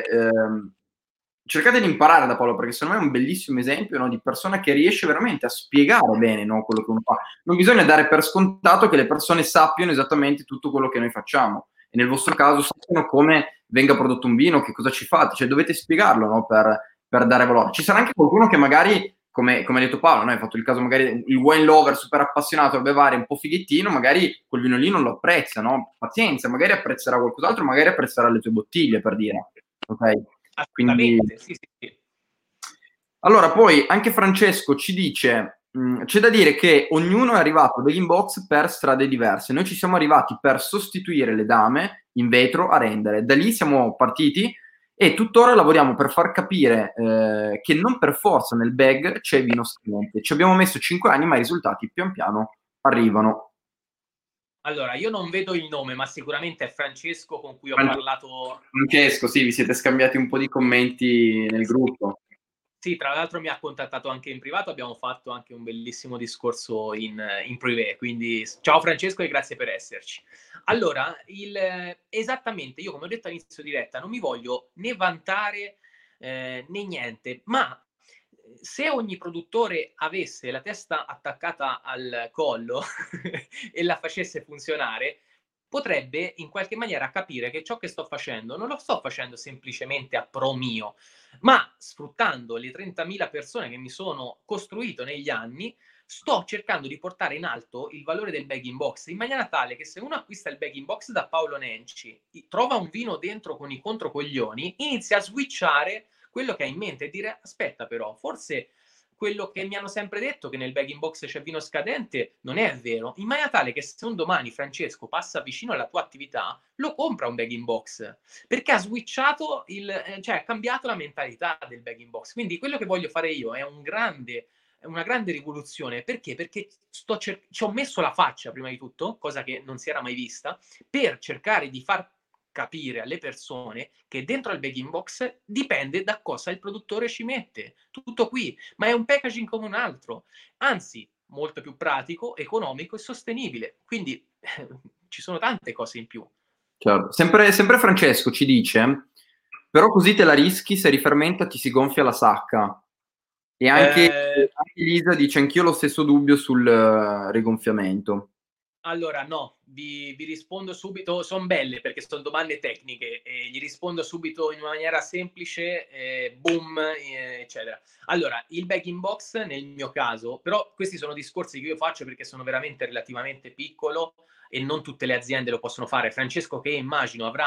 cercate di imparare da Paolo, perché secondo me è un bellissimo esempio, no, di persona che riesce veramente a spiegare bene, no, quello che uno fa. Non bisogna dare per scontato che le persone sappiano esattamente tutto quello che noi facciamo, e nel vostro caso sappiano come venga prodotto un vino, che cosa ci fate, cioè dovete spiegarlo, no, per dare valore. Ci sarà anche qualcuno che magari, come ha detto Paolo, no, hai fatto il caso magari il wine lover super appassionato a bevare un po' fighettino, magari quel vino lì non lo apprezza, no? Pazienza, magari apprezzerà qualcos'altro, magari apprezzerà le tue bottiglie, per dire. Ok? Quindi, sì. allora, poi anche Francesco ci dice: c'è da dire che ognuno è arrivato al bag box per strade diverse. Noi ci siamo arrivati per sostituire le dame in vetro a rendere. Da lì siamo partiti e tuttora lavoriamo per far capire che non per forza nel bag c'è vino scrivente. Ci abbiamo messo 5 anni, ma i risultati pian piano arrivano. Allora, io non vedo il nome, ma sicuramente è Francesco con cui ho parlato. Francesco, sì, vi siete scambiati un po' di commenti nel gruppo. Sì, tra l'altro mi ha contattato anche in privato, abbiamo fatto anche un bellissimo discorso in privé, quindi ciao Francesco e grazie per esserci. Allora, esattamente, io come ho detto all'inizio diretta, non mi voglio né vantare né niente, ma se ogni produttore avesse la testa attaccata al collo e la facesse funzionare, potrebbe in qualche maniera capire che ciò che sto facendo non lo sto facendo semplicemente a pro mio, ma sfruttando le 30.000 persone che mi sono costruito negli anni, sto cercando di portare in alto il valore del bag-in-box in maniera tale che se uno acquista il bag-in-box da Paolo Nenci, trova un vino dentro con i controcoglioni, inizia a switchare quello che ha in mente e dire: aspetta però, forse quello che mi hanno sempre detto, che nel bag-in-box c'è vino scadente, non è vero, in maniera tale che se un domani Francesco passa vicino alla tua attività, lo compra un bag-in-box, perché ha switchato, cioè ha cambiato la mentalità del bag-in-box. Quindi quello che voglio fare io è una grande rivoluzione. Perché? Perché ci ho messo la faccia prima di tutto, cosa che non si era mai vista, per cercare di far capire alle persone che dentro al bag-in-box dipende da cosa il produttore ci mette. Tutto qui, ma è un packaging come un altro, anzi molto più pratico, economico e sostenibile. Quindi ci sono tante cose in più. Certo. Sempre Francesco ci dice: però così te la rischi, se rifermenta ti si gonfia la sacca. E anche Elisa dice: anch'io ho lo stesso dubbio sul rigonfiamento. Allora, no, vi rispondo subito, sono belle perché sono domande tecniche, e gli rispondo subito in una maniera semplice, boom, eccetera. Allora, il bag-in-box nel mio caso, però questi sono discorsi che io faccio perché sono veramente relativamente piccolo e non tutte le aziende lo possono fare. Francesco, che immagino avrà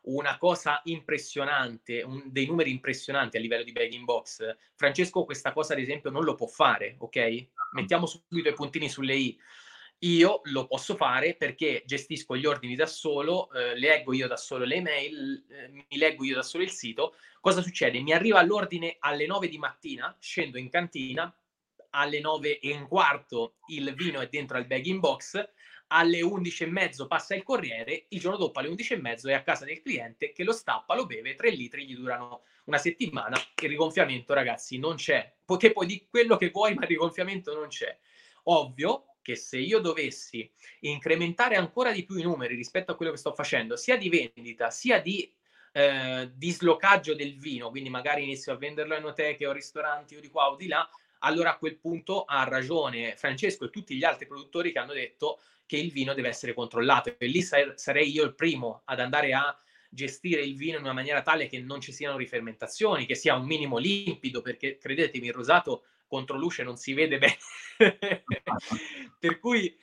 una cosa impressionante, dei numeri impressionanti a livello di bag-in-box, Francesco questa cosa ad esempio non lo può fare, ok? Mettiamo subito i puntini sulle i. Io lo posso fare perché gestisco gli ordini da solo, leggo io da solo le email, mi leggo io da solo il sito. Cosa succede? Mi arriva l'ordine alle 9 di mattina, scendo in cantina, alle 9:15 il vino è dentro al bag-in-box, alle 11:30 passa il corriere, il giorno dopo alle 11:30 è a casa del cliente che lo stappa, lo beve, 3 litri gli durano una settimana. Il rigonfiamento, ragazzi, non c'è. Che puoi di quello che vuoi, ma il rigonfiamento non c'è. Ovvio che se io dovessi incrementare ancora di più i numeri rispetto a quello che sto facendo, sia di vendita, sia di dislocaggio del vino, quindi magari inizio a venderlo a enoteche o ristoranti o di qua o di là, allora a quel punto ha ragione Francesco e tutti gli altri produttori che hanno detto che il vino deve essere controllato, e lì sarei io il primo ad andare a gestire il vino in una maniera tale che non ci siano rifermentazioni, che sia un minimo limpido, perché credetemi, il rosato contro luce non si vede bene. Per cui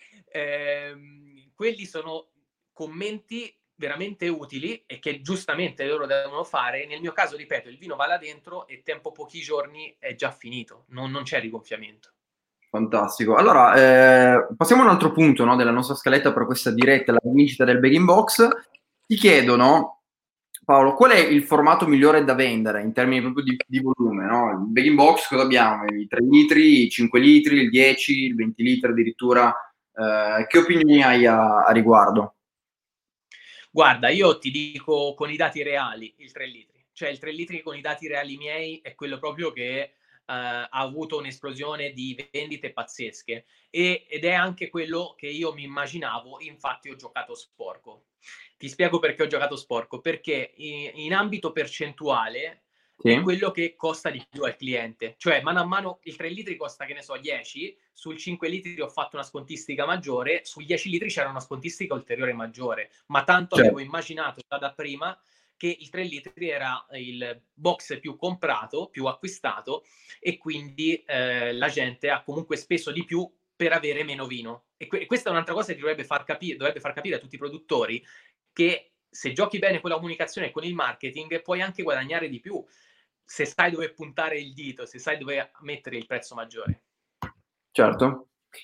quelli sono commenti veramente utili e che giustamente loro devono fare. Nel mio caso, ripeto, il vino va là dentro e tempo pochi giorni è già finito, non c'è rigonfiamento. Fantastico. Allora, passiamo a un altro punto, no, della nostra scaletta per questa diretta, la vincita del bag-in-box. Ti chiedono, Paolo, qual è il formato migliore da vendere in termini proprio di volume, no? Il bag-in-box cosa abbiamo? I 3 litri, i 5 litri, il 10, il 20 litri addirittura. Che opinioni hai a riguardo? Guarda, io ti dico con i dati reali il 3 litri. Cioè il 3 litri con i dati reali miei è quello proprio che ha avuto un'esplosione di vendite pazzesche ed è anche quello che io mi immaginavo. Infatti ho giocato sporco. Ti spiego perché ho giocato sporco, perché in ambito percentuale Sì. è quello che costa di più al cliente. Cioè mano a mano il 3 litri costa, che ne so, 10, sul 5 litri ho fatto una scontistica maggiore, sul 10 litri c'era una scontistica ulteriore maggiore, ma tanto Certo. avevo immaginato già da prima che il 3 litri era il box più comprato, più acquistato, e quindi la gente ha comunque speso di più per avere meno vino. E questa è un'altra cosa che dovrebbe far capire a tutti i produttori, che se giochi bene con la comunicazione e con il marketing puoi anche guadagnare di più se sai dove puntare il dito, se sai dove mettere il prezzo maggiore. Certo.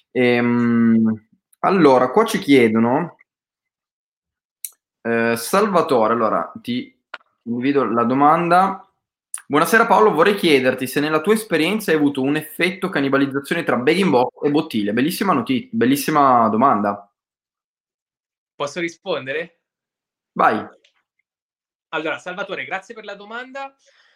Allora, qua ci chiedono, Salvatore, allora ti individuo la domanda. Buonasera Paolo, vorrei chiederti se nella tua esperienza hai avuto un effetto cannibalizzazione tra bag-in-box e bottiglie. Bellissima domanda. Posso rispondere? Vai. Allora, Salvatore, grazie per la domanda.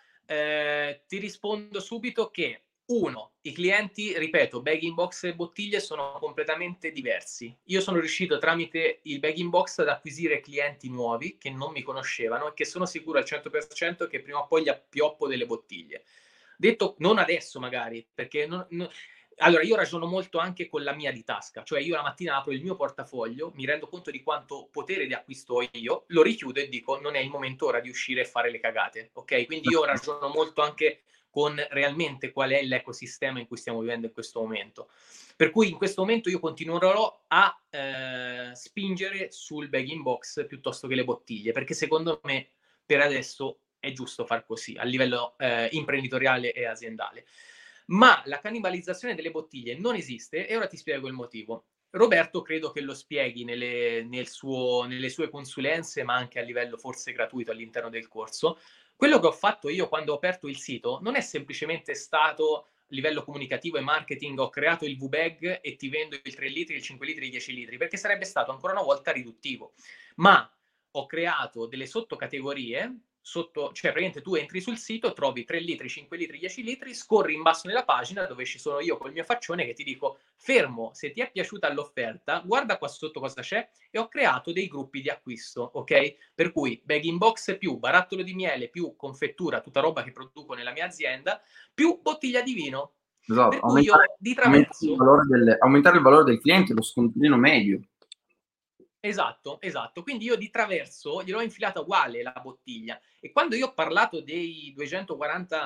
Ti rispondo subito che, uno, i clienti, ripeto, bag-in-box e bottiglie sono completamente diversi. Io sono riuscito tramite il bag-in-box ad acquisire clienti nuovi che non mi conoscevano e che sono sicuro al 100% che prima o poi gli appioppo delle bottiglie. Detto, non adesso magari, perché allora, io ragiono molto anche con la mia di tasca, cioè io la mattina apro il mio portafoglio, mi rendo conto di quanto potere di acquisto ho io, lo richiudo e dico non è il momento ora di uscire e fare le cagate, ok? Quindi io ragiono molto anche con realmente qual è l'ecosistema in cui stiamo vivendo in questo momento. Per cui in questo momento io continuerò a spingere sul bag-in-box piuttosto che le bottiglie, perché secondo me per adesso è giusto far così a livello imprenditoriale e aziendale. Ma la cannibalizzazione delle bottiglie non esiste e ora ti spiego il motivo. Roberto credo che lo spieghi nelle sue consulenze, ma anche a livello forse gratuito all'interno del corso. Quello che ho fatto io quando ho aperto il sito non è semplicemente stato a livello comunicativo e marketing, ho creato il V-Bag e ti vendo il 3 litri, il 5 litri, il 10 litri, perché sarebbe stato ancora una volta riduttivo. Ma ho creato delle sottocategorie, cioè praticamente tu entri sul sito, trovi 3 litri, 5 litri, 10 litri, scorri in basso nella pagina dove ci sono io col mio faccione che ti dico fermo, se ti è piaciuta l'offerta, guarda qua sotto cosa c'è, e ho creato dei gruppi di acquisto, ok? Per cui bag-in-box più barattolo di miele più confettura, tutta roba che produco nella mia azienda, più bottiglia di vino. Esatto. Per cui io di traverso... Aumentare il valore del cliente, lo scontrino medio. Esatto. Quindi io di traverso gliel'ho infilata uguale la bottiglia, e quando io ho parlato dei 240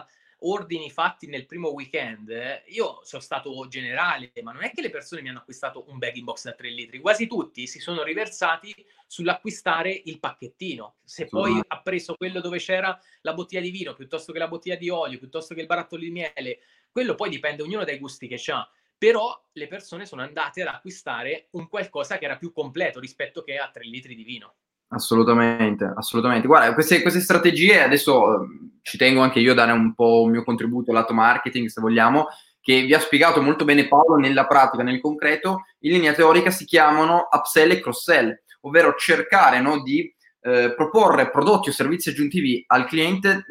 ordini fatti nel primo weekend, io sono stato generale, ma non è che le persone mi hanno acquistato un bag in box da 3 litri, quasi tutti si sono riversati sull'acquistare il pacchettino. Se poi ha preso quello dove c'era la bottiglia di vino, piuttosto che la bottiglia di olio, piuttosto che il barattolo di miele, quello poi dipende ognuno dai gusti che ha. Però le persone sono andate ad acquistare un qualcosa che era più completo rispetto che a 3 litri di vino. Assolutamente, assolutamente. Guarda, queste strategie, adesso ci tengo anche io a dare un po' un mio contributo lato marketing, se vogliamo, che vi ha spiegato molto bene Paolo nella pratica, nel concreto. In linea teorica si chiamano upsell e cross-sell, ovvero cercare, no, di proporre prodotti o servizi aggiuntivi al cliente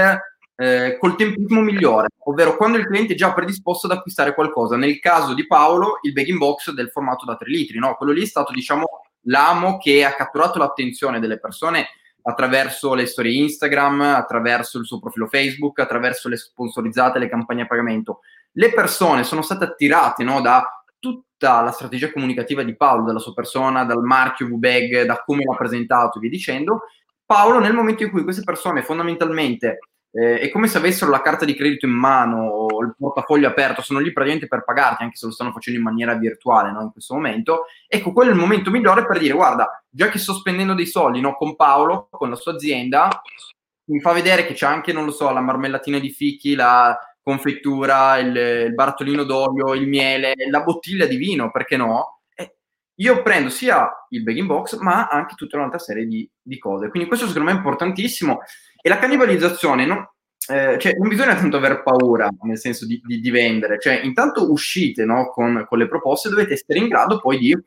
col tempismo migliore, ovvero quando il cliente è già predisposto ad acquistare qualcosa. Nel caso di Paolo, il bag in box del formato da 3 litri, no? Quello lì è stato, diciamo, l'amo che ha catturato l'attenzione delle persone attraverso le storie Instagram, attraverso il suo profilo Facebook, attraverso le sponsorizzate, le campagne a pagamento. Le persone sono state attirate, no, da tutta la strategia comunicativa di Paolo, dalla sua persona, dal marchio VBag, da come l'ha presentato e via dicendo. Paolo, nel momento in cui queste persone fondamentalmente è come se avessero la carta di credito in mano o il portafoglio aperto, sono lì praticamente per pagarti, anche se lo stanno facendo in maniera virtuale, no, in questo momento. Ecco, quello è il momento migliore per dire: guarda, già che sto spendendo dei soldi, no, con Paolo, con la sua azienda, mi fa vedere che c'è anche, non lo so, la marmellatina di fichi, la confettura, il barattolino d'olio, il miele, la bottiglia di vino, perché no? Io prendo sia il bag in box, ma anche tutta un'altra serie di cose. Quindi questo secondo me è importantissimo. E la cannibalizzazione, no? Cioè, non bisogna tanto aver paura, nel senso di vendere. Cioè, intanto uscite, no, con le proposte, dovete essere in grado poi di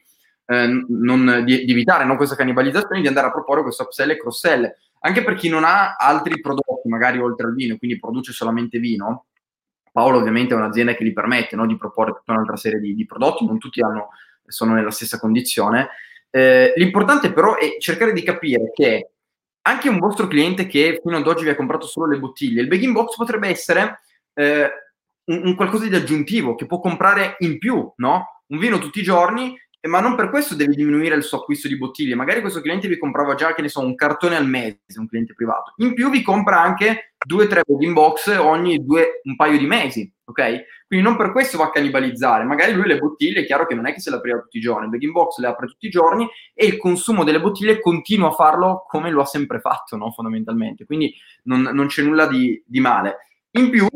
evitare, no, questa cannibalizzazione, di andare a proporre questo upsell e cross-sell. Anche per chi non ha altri prodotti, magari oltre al vino, quindi produce solamente vino. Paolo ovviamente è un'azienda che gli permette, no, di proporre tutta un'altra serie di prodotti, non tutti sono nella stessa condizione. L'importante però è cercare di capire che anche un vostro cliente che fino ad oggi vi ha comprato solo le bottiglie, il bag in box potrebbe essere un qualcosa di aggiuntivo che può comprare in più, no? Un vino tutti i giorni, ma non per questo devi diminuire il suo acquisto di bottiglie. Magari questo cliente vi comprava già, che ne so, un cartone al mese, un cliente privato. In più vi compra anche 2-3 bag in box ogni un paio di mesi, ok? Quindi non per questo va a cannibalizzare. Magari lui le bottiglie, è chiaro che non è che se le apriva tutti i giorni, il bag in box le apre tutti i giorni e il consumo delle bottiglie continua a farlo come lo ha sempre fatto, no? Fondamentalmente. Quindi non c'è nulla di male. In più,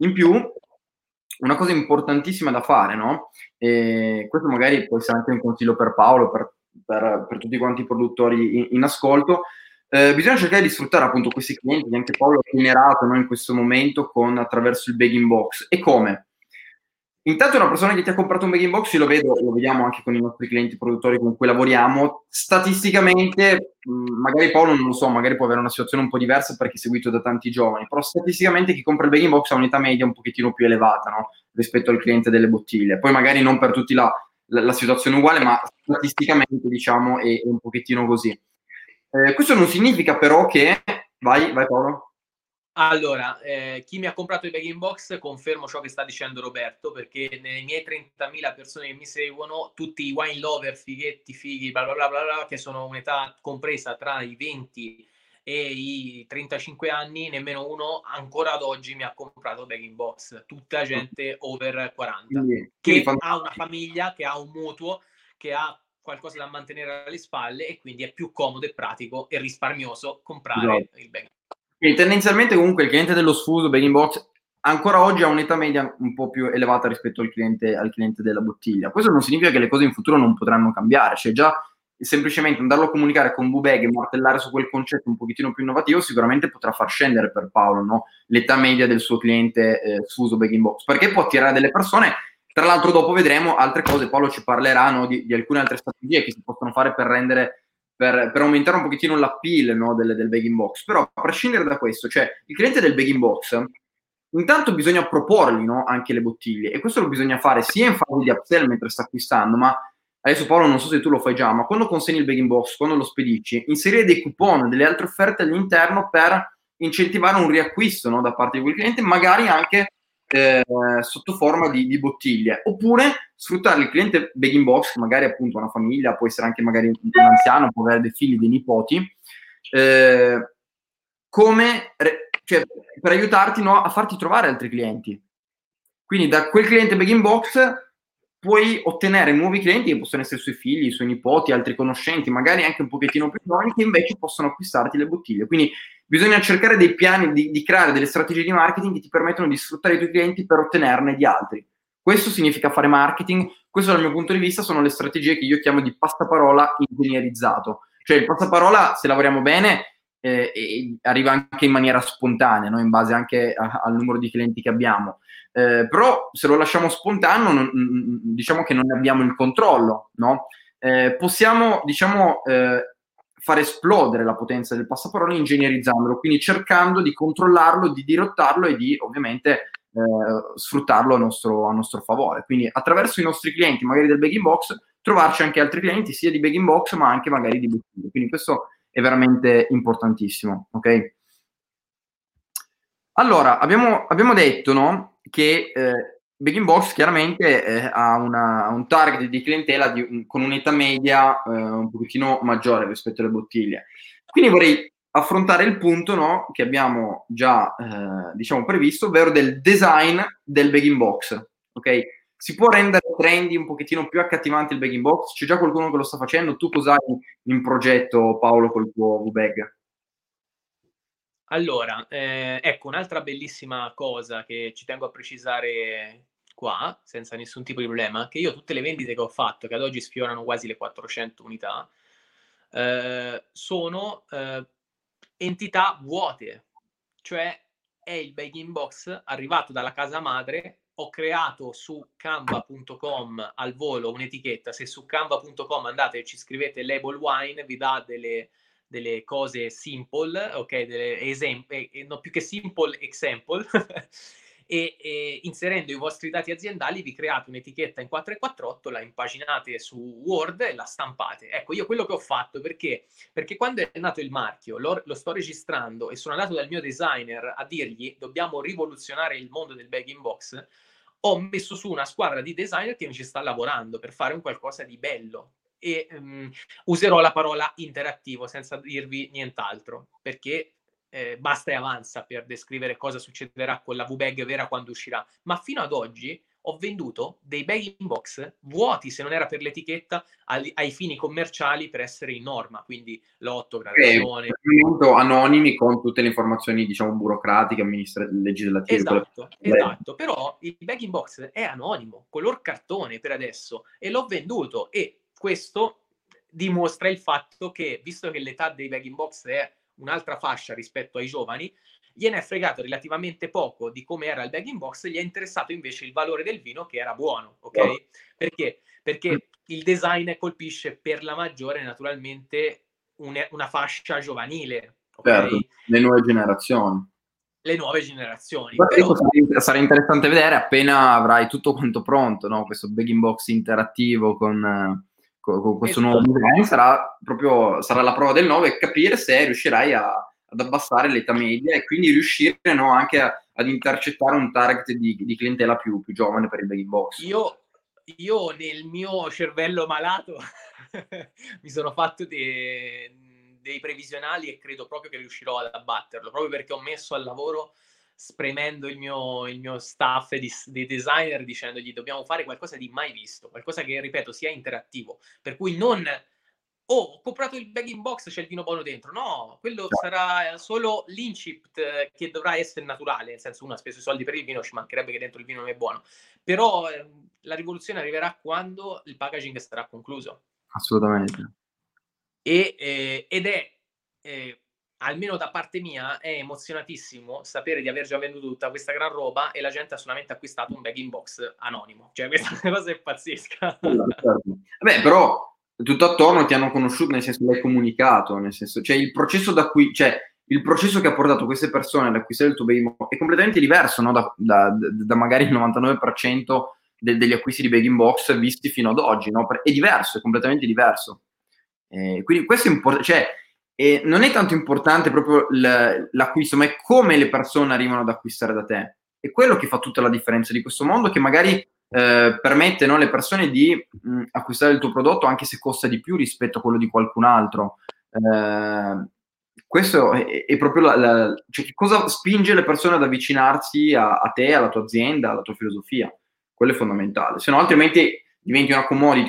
una cosa importantissima da fare, no? E questo magari può essere anche un consiglio per Paolo, per tutti quanti i produttori in ascolto. Bisogna cercare di sfruttare appunto questi clienti che anche Paolo ha generato, no, in questo momento attraverso il bag in box. E come? Intanto una persona che ti ha comprato un bag in box, io lo vediamo anche con i nostri clienti produttori con cui lavoriamo, statisticamente, magari Paolo non lo so, magari può avere una situazione un po' diversa perché è seguito da tanti giovani, però statisticamente chi compra il bag in box ha un'età media un pochettino più elevata, no? Rispetto al cliente delle bottiglie. Poi magari non per tutti la situazione è uguale, ma statisticamente, diciamo, è un pochettino così. Questo non significa però che... Vai Paolo. Allora, chi mi ha comprato i bag in box, confermo ciò che sta dicendo Roberto, perché nelle mie 30.000 persone che mi seguono, tutti i wine lover, fighi, bla bla bla bla, che sono un'età compresa tra i 20 e i 35 anni, nemmeno uno ancora ad oggi mi ha comprato bag in box. Tutta gente over 40, che ha una famiglia, che ha un mutuo, che ha qualcosa da mantenere alle spalle e quindi è più comodo e pratico e risparmioso comprare il bag. Quindi tendenzialmente comunque il cliente dello sfuso, bag in box, ancora oggi ha un'età media un po' più elevata rispetto al cliente della bottiglia. Questo non significa che le cose in futuro non potranno cambiare, cioè già semplicemente andarlo a comunicare con VBag e martellare su quel concetto un pochettino più innovativo sicuramente potrà far scendere per Paolo, no, l'età media del suo cliente sfuso bag in box, perché può attirare delle persone. Tra l'altro dopo vedremo altre cose, Paolo ci parlerà, no, di alcune altre strategie che si possono fare per aumentare un pochettino l'appeal, no, del bag in box. Però a prescindere da questo, cioè il cliente del bag in box, intanto bisogna proporgli, no, anche le bottiglie, e questo lo bisogna fare sia in fase di upsell mentre sta acquistando, ma adesso Paolo non so se tu lo fai già, ma quando consegni il bag in box, quando lo spedisci, inserire dei coupon, delle altre offerte all'interno per incentivare un riacquisto, no, da parte di quel cliente, magari anche sotto forma di bottiglie, oppure sfruttare il cliente bag in box, magari appunto una famiglia, può essere anche magari un anziano, può avere dei figli, dei nipoti, come cioè, per aiutarti, no, a farti trovare altri clienti. Quindi da quel cliente bag-in-box puoi ottenere nuovi clienti che possono essere i suoi figli, i suoi nipoti, altri conoscenti, magari anche un pochettino più giovani, che invece possono acquistarti le bottiglie. Quindi bisogna cercare dei piani, di creare delle strategie di marketing che ti permettono di sfruttare i tuoi clienti per ottenerne di altri. Questo significa fare marketing. Questo dal mio punto di vista sono le strategie che io chiamo di passaparola ingegnerizzato. Cioè il passaparola, se lavoriamo bene, arriva anche in maniera spontanea, no? In base anche al numero di clienti che abbiamo. Però se lo lasciamo spontaneo diciamo che non ne abbiamo il controllo, no? Possiamo diciamo far esplodere la potenza del passaparola ingegnerizzandolo, quindi cercando di controllarlo, di dirottarlo e di ovviamente sfruttarlo a nostro favore. Quindi attraverso i nostri clienti magari del bag-in-box trovarci anche altri clienti sia di bag-in-box ma anche magari di bottiglie. Quindi questo è veramente importantissimo, ok? Allora, abbiamo detto, no, che bag-in-box chiaramente ha un target di clientela con un'età media un pochettino maggiore rispetto alle bottiglie. Quindi vorrei affrontare il punto, no, che abbiamo già diciamo previsto, ovvero del design del bag-in-box, ok? Si può rendere trendy un pochettino più accattivante il bag-in-box? C'è già qualcuno che lo sta facendo? Tu cosa hai in progetto, Paolo, col tuo V-Bag? Allora, ecco, un'altra bellissima cosa che ci tengo a precisare qua, senza nessun tipo di problema, che io tutte le vendite che ho fatto, che ad oggi sfiorano quasi le 400 unità, sono entità vuote, cioè è il bag-in-box arrivato dalla casa madre. Ho creato su canva.com al volo un'etichetta. Se su canva.com andate e ci scrivete label wine, vi dà delle cose simple, ok, delle esempi, no, più che simple, example, e inserendo i vostri dati aziendali vi create un'etichetta in 448, la impaginate su Word e la stampate. Ecco, io quello che ho fatto, perché quando è nato il marchio, lo sto registrando e sono andato dal mio designer a dirgli dobbiamo rivoluzionare il mondo del bag-in-box, ho messo su una squadra di designer che mi ci sta lavorando per fare un qualcosa di bello. E userò la parola interattivo senza dirvi nient'altro, perché basta e avanza per descrivere cosa succederà con la V-Bag vera quando uscirà. Ma fino ad oggi ho venduto dei bag-in-box vuoti, se non era per l'etichetta, ai fini commerciali per essere in norma, quindi lotto, gradazione. Anonimi con tutte le informazioni, diciamo, burocratiche, amministrative, legislative. Esatto. Però il bag-in-box è anonimo, color cartone per adesso, e l'ho venduto, e questo dimostra il fatto che, visto che l'età dei bag-in-box è un'altra fascia rispetto ai giovani, gliene è fregato relativamente poco di come era il bag-in-box, gli è interessato invece il valore del vino, che era buono, ok? Perché? Perché il design colpisce per la maggiore naturalmente una fascia giovanile, ok? Certo, le nuove generazioni. Le nuove generazioni. Però sarà interessante vedere appena avrai tutto quanto pronto, no? Questo bag-in-box interattivo con questo nuovo design sarà la prova del 9 e capire se riuscirai ad abbassare l'età media e quindi riuscire, no, anche ad intercettare un target di clientela più giovane per il bag-in-box. Io nel mio cervello malato mi sono fatto dei previsionali e credo proprio che riuscirò ad abbatterlo, proprio perché ho messo al lavoro spremendo il mio staff di designer, dicendogli dobbiamo fare qualcosa di mai visto, qualcosa che, ripeto, sia interattivo, per cui non ho comprato il bag-in-box, c'è il vino buono dentro. No, quello sarà solo l'incipit che dovrà essere naturale, nel senso, uno ha speso i soldi per il vino, ci mancherebbe che dentro il vino non è buono, però la rivoluzione arriverà quando il packaging sarà concluso. Assolutamente. Ed è almeno da parte mia è emozionatissimo sapere di aver già venduto tutta questa gran roba e la gente ha solamente acquistato un bag-in-box anonimo, cioè questa cosa è pazzesca. Vabbè, però tutto attorno ti hanno conosciuto, nel senso l'hai comunicato, nel senso, cioè il processo il processo che ha portato queste persone ad acquistare il tuo bag-in-box è completamente diverso, no? da magari il 99% degli acquisti di bag-in-box visti fino ad oggi, no? È diverso, è completamente diverso. Quindi questo è importante, cioè non è tanto importante proprio l'acquisto, ma è come le persone arrivano ad acquistare da te. È quello che fa tutta la differenza di questo mondo, che magari permette, no, alle persone di acquistare il tuo prodotto anche se costa di più rispetto a quello di qualcun altro. questo è proprio cioè, che cosa spinge le persone ad avvicinarsi a te, alla tua azienda, alla tua filosofia. Quello è fondamentale. Se no, altrimenti diventi una commodity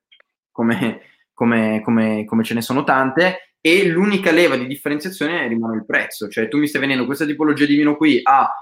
come ce ne sono tante, e l'unica leva di differenziazione rimane il prezzo. Cioè, tu mi stai vendendo questa tipologia di vino qui a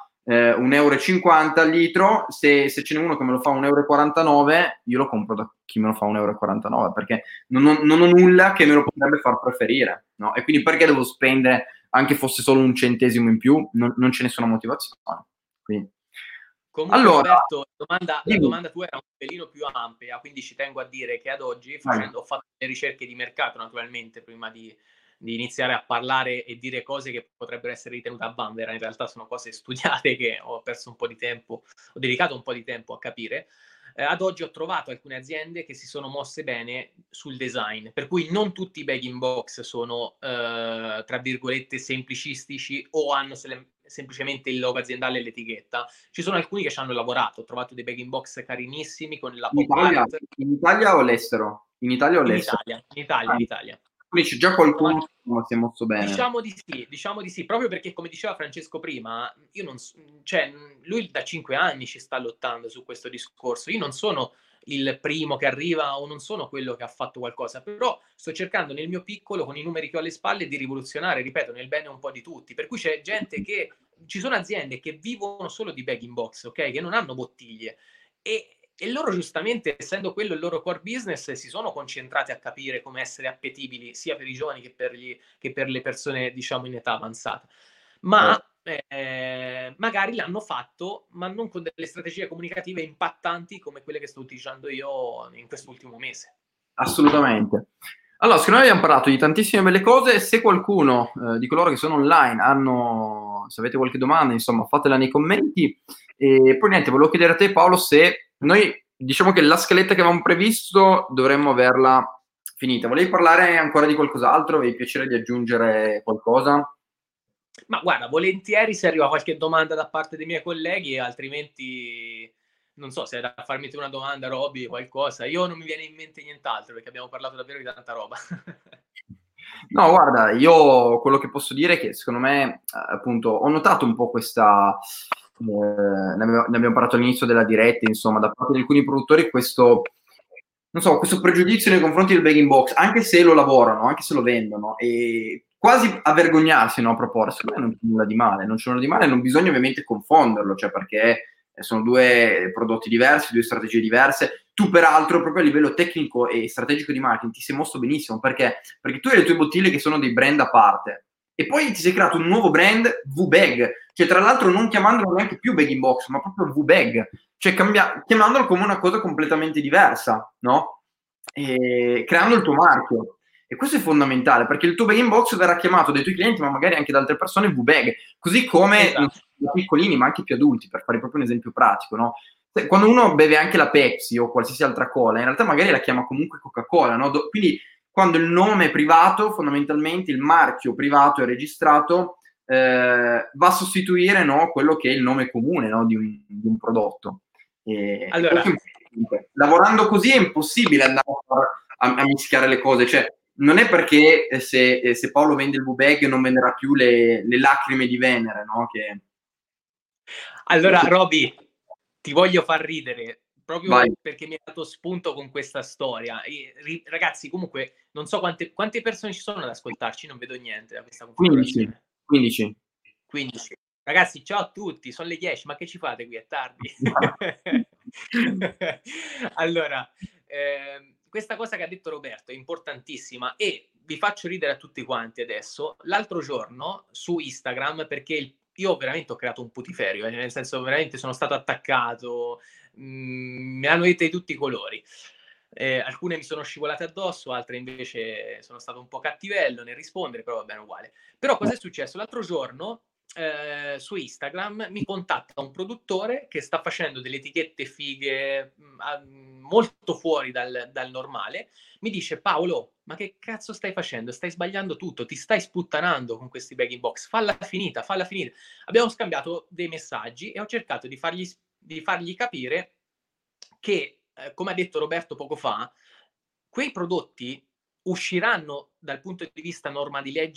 1,50 € al litro, se ce n'è uno che me lo fa 1,49 €, io lo compro da chi me lo fa 1,49 €, perché non ho nulla che me lo potrebbe far preferire, no? E quindi perché devo spendere, anche fosse solo un centesimo in più? Non c'è nessuna motivazione. Quindi. Comunque, Allora, Roberto, la domanda tua era un pelino più ampia, quindi ci tengo a dire che ad oggi, ho fatto delle ricerche di mercato naturalmente prima di iniziare a parlare e dire cose che potrebbero essere ritenute a vanvera. In realtà sono cose studiate che ho perso un po' di tempo, ho dedicato un po' di tempo a capire. Ad oggi ho trovato alcune aziende che si sono mosse bene sul design, per cui non tutti i bag-in-box sono, tra virgolette, semplicistici o hanno semplicemente il logo aziendale e l'etichetta. Ci sono alcuni che ci hanno lavorato, ho trovato dei bag-in-box carinissimi con la pop art. In Italia o all'estero? In Italia o In all'estero? Italia, in Italia. Quindi c'è già qualcuno che si è mosso bene. Diciamo di sì, proprio perché, come diceva Francesco prima, io non, cioè, lui da 5 anni ci sta lottando su questo discorso. Io non sono il primo che arriva o non sono quello che ha fatto qualcosa, però sto cercando nel mio piccolo, con i numeri che ho alle spalle, di rivoluzionare, ripeto, nel bene un po' di tutti. Per cui c'è gente che, ci sono aziende che vivono solo di bag-in-box, ok? Che non hanno bottiglie. E loro, giustamente, essendo quello il loro core business, si sono concentrati a capire come essere appetibili sia per i giovani che per le persone, diciamo, in età avanzata. Ma magari l'hanno fatto, ma non con delle strategie comunicative impattanti come quelle che sto utilizzando io in quest'ultimo mese. Assolutamente. Allora, secondo me abbiamo parlato di tantissime belle cose. Se qualcuno di coloro che sono online se avete qualche domanda, insomma, fatela nei commenti. E poi niente, volevo chiedere a te, Paolo, se noi, diciamo che la scaletta che avevamo previsto dovremmo averla finita. Volevi parlare ancora di qualcos'altro? Avevi piacere di aggiungere qualcosa? Ma guarda, volentieri se arriva qualche domanda da parte dei miei colleghi, altrimenti non so se è da farmi una domanda, Roby, qualcosa. Io non mi viene in mente nient'altro perché abbiamo parlato davvero di tanta roba. No, guarda, io quello che posso dire è che secondo me, appunto, ho notato un po' questa, ne abbiamo parlato all'inizio della diretta, insomma, da parte di alcuni produttori questo pregiudizio nei confronti del bag-in-box, anche se lo lavorano, anche se lo vendono, e quasi a vergognarsi, no, a proporre. Secondo me non c'è nulla di male, non bisogna ovviamente confonderlo, cioè perché sono due prodotti diversi, due strategie diverse. Tu peraltro proprio a livello tecnico e strategico di marketing ti sei mosso benissimo, perché tu hai le tue bottiglie che sono dei brand a parte e poi ti sei creato un nuovo brand, V-Bag, cioè tra l'altro non chiamandolo neanche più bag-in-box, ma proprio V-Bag, cioè chiamandolo come una cosa completamente diversa, no? E creando il tuo marchio. E questo è fondamentale, perché il tuo bag-in-box verrà chiamato dai tuoi clienti, ma magari anche da altre persone, V-Bag, così come piccolini, ma anche più adulti, per fare proprio un esempio pratico, no? Quando uno beve anche la Pepsi o qualsiasi altra cola, in realtà magari la chiama comunque Coca-Cola, no? Quindi quando il nome è privato, fondamentalmente il marchio privato è registrato, va a sostituire, no, quello che è il nome comune, no, di un prodotto. Allora, lavorando così è impossibile andare a mischiare le cose, cioè non è perché se Paolo vende il V-Bag non venderà più le lacrime di Venere, no? Allora, Roby, ti voglio far ridere proprio Vai. perché mi hai dato spunto con questa storia. Ragazzi, comunque, non so quante persone ci sono ad ascoltarci, non vedo niente da questa configurazione. 15. Ragazzi, ciao a tutti, sono le 10, ma che ci fate qui? È tardi. Allora, questa cosa che ha detto Roberto è importantissima e vi faccio ridere a tutti quanti adesso. L'altro giorno su Instagram, perché io veramente ho creato un putiferio, nel senso veramente sono stato attaccato, me l'hanno detta di tutti i colori. Alcune mi sono scivolate addosso, altre invece sono stato un po' cattivello nel rispondere, però va bene uguale. Però cosa è successo? L'altro giorno su Instagram mi contatta un produttore che sta facendo delle etichette fighe molto fuori dal normale. Mi dice: Paolo, ma che cazzo stai facendo? Stai sbagliando tutto, ti stai sputtanando con questi bag-in-box, falla finita. Abbiamo scambiato dei messaggi e ho cercato di fargli capire che, come ha detto Roberto poco fa, quei prodotti usciranno dal punto di vista norma di legge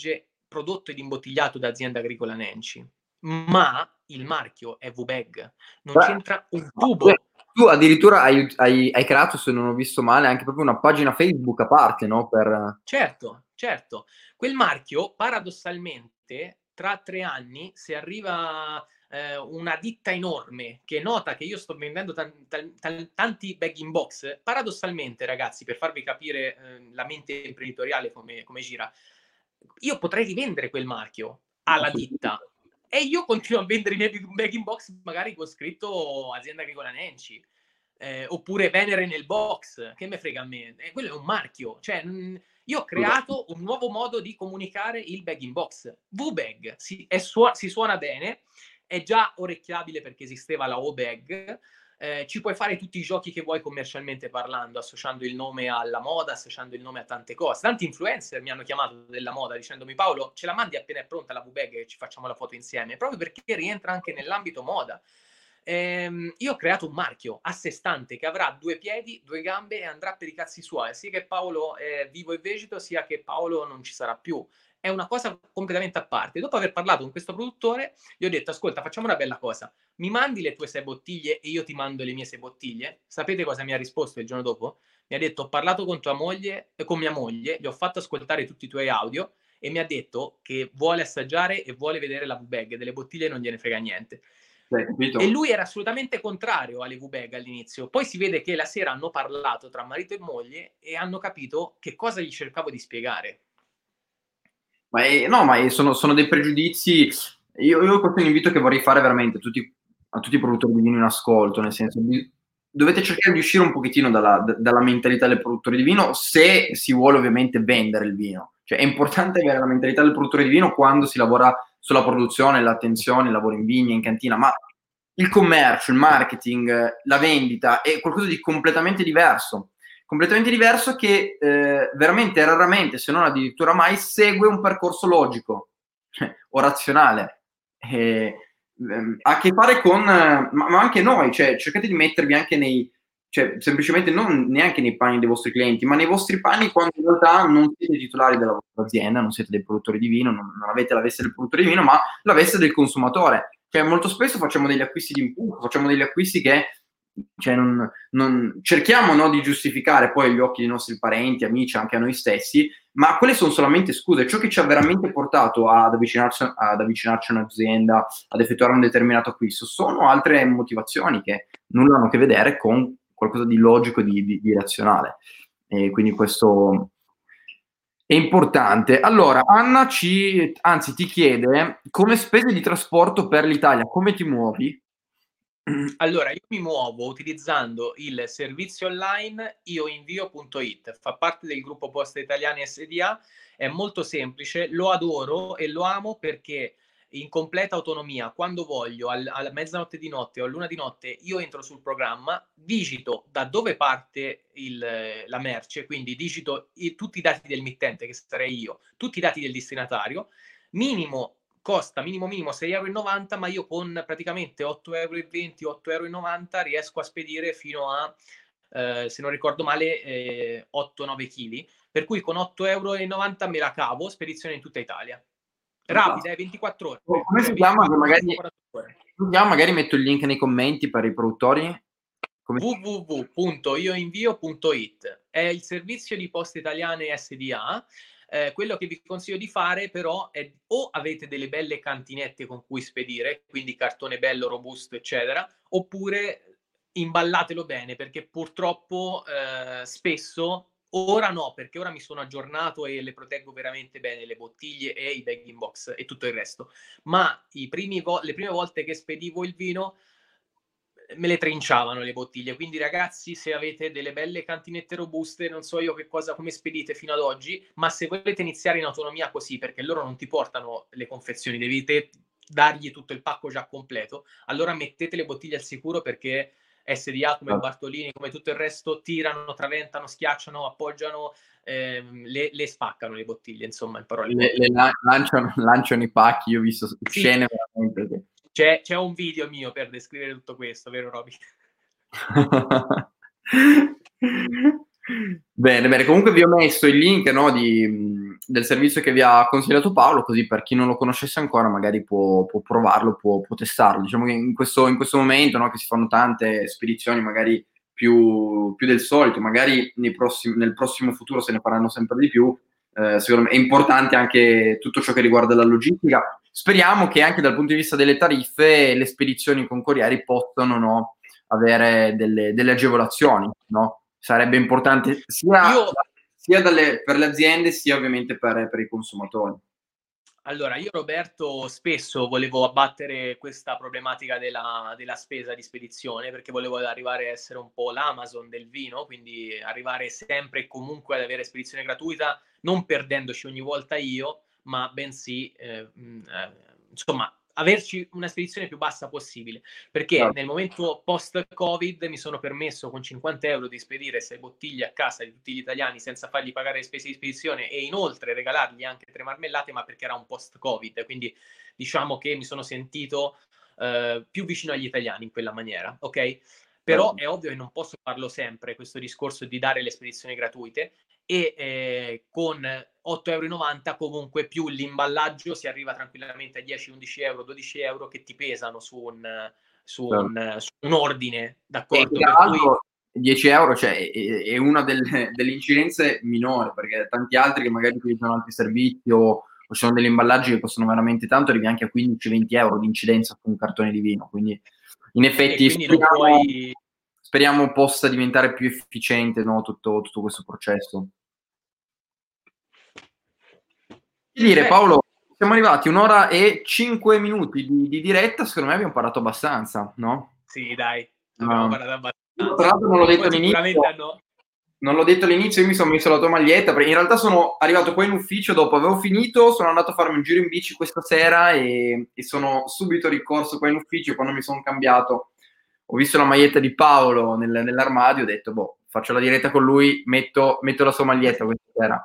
prodotto ed imbottigliato da Azienda Agricola Nenci, ma il marchio è VBEG, non c'entra un tubo. Tu addirittura hai creato, se non ho visto male, anche proprio una pagina Facebook a parte, no? Certo. Quel marchio, paradossalmente, tra 3 anni, se arriva una ditta enorme che nota che io sto vendendo tanti bag in box, paradossalmente, ragazzi, per farvi capire la mente imprenditoriale come gira, io potrei rivendere quel marchio alla ditta e io continuo a vendere i miei bag in box magari con scritto Azienda Agricola Nenci, oppure Venere nel box, che me frega a me, quello è un marchio, cioè io ho creato un nuovo modo di comunicare il bag in box. VBag si suona bene, è già orecchiabile perché esisteva la O-Bag, ci puoi fare tutti i giochi che vuoi commercialmente parlando, associando il nome alla moda, associando il nome a tante cose. Tanti influencer mi hanno chiamato della moda dicendomi: Paolo, ce la mandi appena è pronta la VBag e ci facciamo la foto insieme, proprio perché rientra anche nell'ambito moda. Io ho creato un marchio a sé stante che avrà 2 piedi, 2 gambe e andrà per i cazzi suoi, sia che Paolo è vivo e vegeto, sia che Paolo non ci sarà più. È una cosa completamente a parte. Dopo aver parlato con questo produttore, gli ho detto: ascolta, facciamo una bella cosa, mi mandi le tue 6 bottiglie e io ti mando le mie 6 bottiglie. Sapete cosa mi ha risposto il giorno dopo? Mi ha detto: ho parlato con tua moglie e con mia moglie, gli ho fatto ascoltare tutti i tuoi audio e mi ha detto che vuole assaggiare e vuole vedere la V-Bag, delle bottiglie non gliene frega niente. E lui era assolutamente contrario alle V-Bag all'inizio, poi si vede che la sera hanno parlato tra marito e moglie e hanno capito che cosa gli cercavo di spiegare. Ma sono dei pregiudizi. Io questo è un invito che vorrei fare veramente a tutti i produttori di vino in ascolto, nel senso, dovete cercare di uscire un pochettino dalla mentalità del produttore di vino, se si vuole ovviamente vendere il vino. Cioè è importante avere la mentalità del produttore di vino quando si lavora sulla produzione, l'attenzione, il lavoro in vigna, in cantina, ma il commercio, il marketing, la vendita è qualcosa di completamente diverso che veramente raramente, se non addirittura mai, segue un percorso logico o razionale. Ha a che fare con, ma anche noi, cioè cercate di mettervi anche cioè semplicemente non neanche nei panni dei vostri clienti, ma nei vostri panni quando in realtà non siete titolari della vostra azienda, non siete dei produttori di vino, non avete la veste del produttore di vino, ma la veste del consumatore. Cioè molto spesso facciamo degli acquisti di impulso, facciamo degli acquisti che cioè cerchiamo, no, di giustificare poi agli occhi dei nostri parenti, amici, anche a noi stessi, ma quelle sono solamente scuse. Ciò che ci ha veramente portato ad avvicinarci a un'azienda, ad effettuare un determinato acquisto, sono altre motivazioni che nulla hanno a che vedere con qualcosa di logico, di razionale. E quindi questo è importante. Allora, Anna ti chiede: come spese di trasporto per l'Italia, come ti muovi? Allora, io mi muovo utilizzando il servizio online ioinvio.it, fa parte del gruppo Poste Italiane SDA, è molto semplice, lo adoro e lo amo perché in completa autonomia, quando voglio, alla mezzanotte di notte o all'una di notte, io entro sul programma, digito da dove parte la merce, quindi digito tutti i dati del mittente, che sarei io, tutti i dati del destinatario, costa minimo 6,90 €, ma io con praticamente 8,20 €, 8,90 € riesco a spedire fino a, se non ricordo male, 8-9 kg, per cui con 8,90 € me la cavo, spedizione in tutta Italia. Rapida, 24 ore. Come si chiama? Magari metto il link nei commenti per i produttori. www.ioinvio.it è il servizio di Poste Italiane SDA. Quello che vi consiglio di fare però è o avete delle belle cantinette con cui spedire, quindi cartone bello, robusto, eccetera, oppure imballatelo bene, perché purtroppo spesso, ora no, perché ora mi sono aggiornato e le proteggo veramente bene, le bottiglie e i bag in box e tutto il resto, ma le prime volte che spedivo il vino me le trinciavano le bottiglie, quindi ragazzi, se avete delle belle cantinette robuste, non so io come spedite fino ad oggi, ma se volete iniziare in autonomia così, perché loro non ti portano le confezioni, devi dargli tutto il pacco già completo, allora mettete le bottiglie al sicuro, perché SDA come Bartolini, come tutto il resto, tirano, traventano, schiacciano, appoggiano, le spaccano le bottiglie, insomma, in parole lanciano i pacchi. Io ho visto scene veramente che... C'è un video mio per descrivere tutto questo, vero Roby? Bene, comunque vi ho messo il link, no, del servizio che vi ha consigliato Paolo, così per chi non lo conoscesse ancora magari può provarlo, può testarlo. Diciamo che in questo momento, no, che si fanno tante spedizioni magari più del solito, magari nel prossimo futuro se ne faranno sempre di più, secondo me è importante anche tutto ciò che riguarda la logistica. Speriamo che anche dal punto di vista delle tariffe le spedizioni con Corriere possano, no, avere delle agevolazioni, no? Sarebbe importante sia per le aziende sia ovviamente per i consumatori. Allora, io Roberto spesso volevo abbattere questa problematica della spesa di spedizione, perché volevo arrivare a essere un po' l'Amazon del vino, quindi arrivare sempre e comunque ad avere spedizione gratuita, non perdendoci ogni volta io, ma bensì insomma averci una spedizione più bassa possibile, perché nel momento post-Covid mi sono permesso con 50 euro di spedire 6 bottiglie a casa di tutti gli italiani senza fargli pagare le spese di spedizione e inoltre regalargli anche 3 marmellate, ma perché era un post-Covid, quindi diciamo che mi sono sentito più vicino agli italiani in quella maniera, ok? Però è ovvio che non posso farlo sempre, questo discorso di dare le spedizioni gratuite, e con 8,90 euro comunque più l'imballaggio si arriva tranquillamente a 10, 11 euro, 12 euro che ti pesano su un ordine, d'accordo? Per cui 10 euro, cioè, è una delle incidenze minori, perché tanti altri che magari utilizzano altri servizi o ci sono degli imballaggi che costano veramente tanto, arrivi anche a 15-20 euro di incidenza su un cartone di vino, quindi in effetti speriamo possa diventare più efficiente, no, tutto questo processo. Che dire, Paolo, siamo arrivati 1 ora e 5 minuti di diretta, secondo me abbiamo parlato abbastanza, no? Sì, dai, abbiamo parlato abbastanza. Tra l'altro non l'ho detto all'inizio, non l'ho detto all'inizio, io mi sono messo la tua maglietta, perché in realtà sono arrivato poi in ufficio, dopo avevo finito, sono andato a farmi un giro in bici questa sera e sono subito ricorso qua in ufficio. Quando mi sono cambiato ho visto la maglietta di Paolo nell'armadio, ho detto, faccio la diretta con lui, metto la sua maglietta questa sera.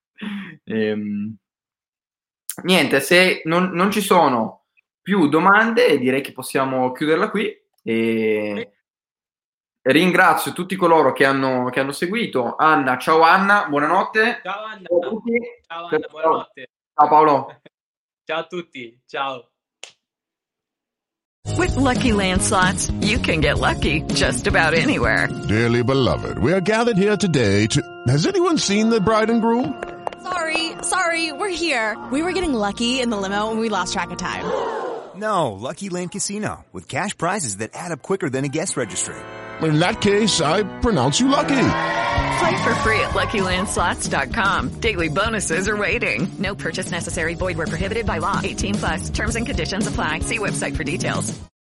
Niente, se non ci sono più domande, direi che possiamo chiuderla qui. E ringrazio tutti coloro che hanno seguito. Anna, ciao Anna, buonanotte. Ciao Anna, ciao a tutti. Ciao Anna, buonanotte. Ciao Paolo. Ciao a tutti, ciao. With Lucky Land Slots, you can get lucky just about anywhere. Dearly beloved, we are gathered here today to... Has anyone seen the bride and groom? Sorry, we're here. We were getting lucky in the limo and we lost track of time. No, Lucky Land Casino, with cash prizes that add up quicker than a guest registry. In that case, I pronounce you lucky. Play for free at LuckyLandSlots.com. Daily bonuses are waiting. No purchase necessary. Void where prohibited by law. 18+. Terms and conditions apply. See website for details.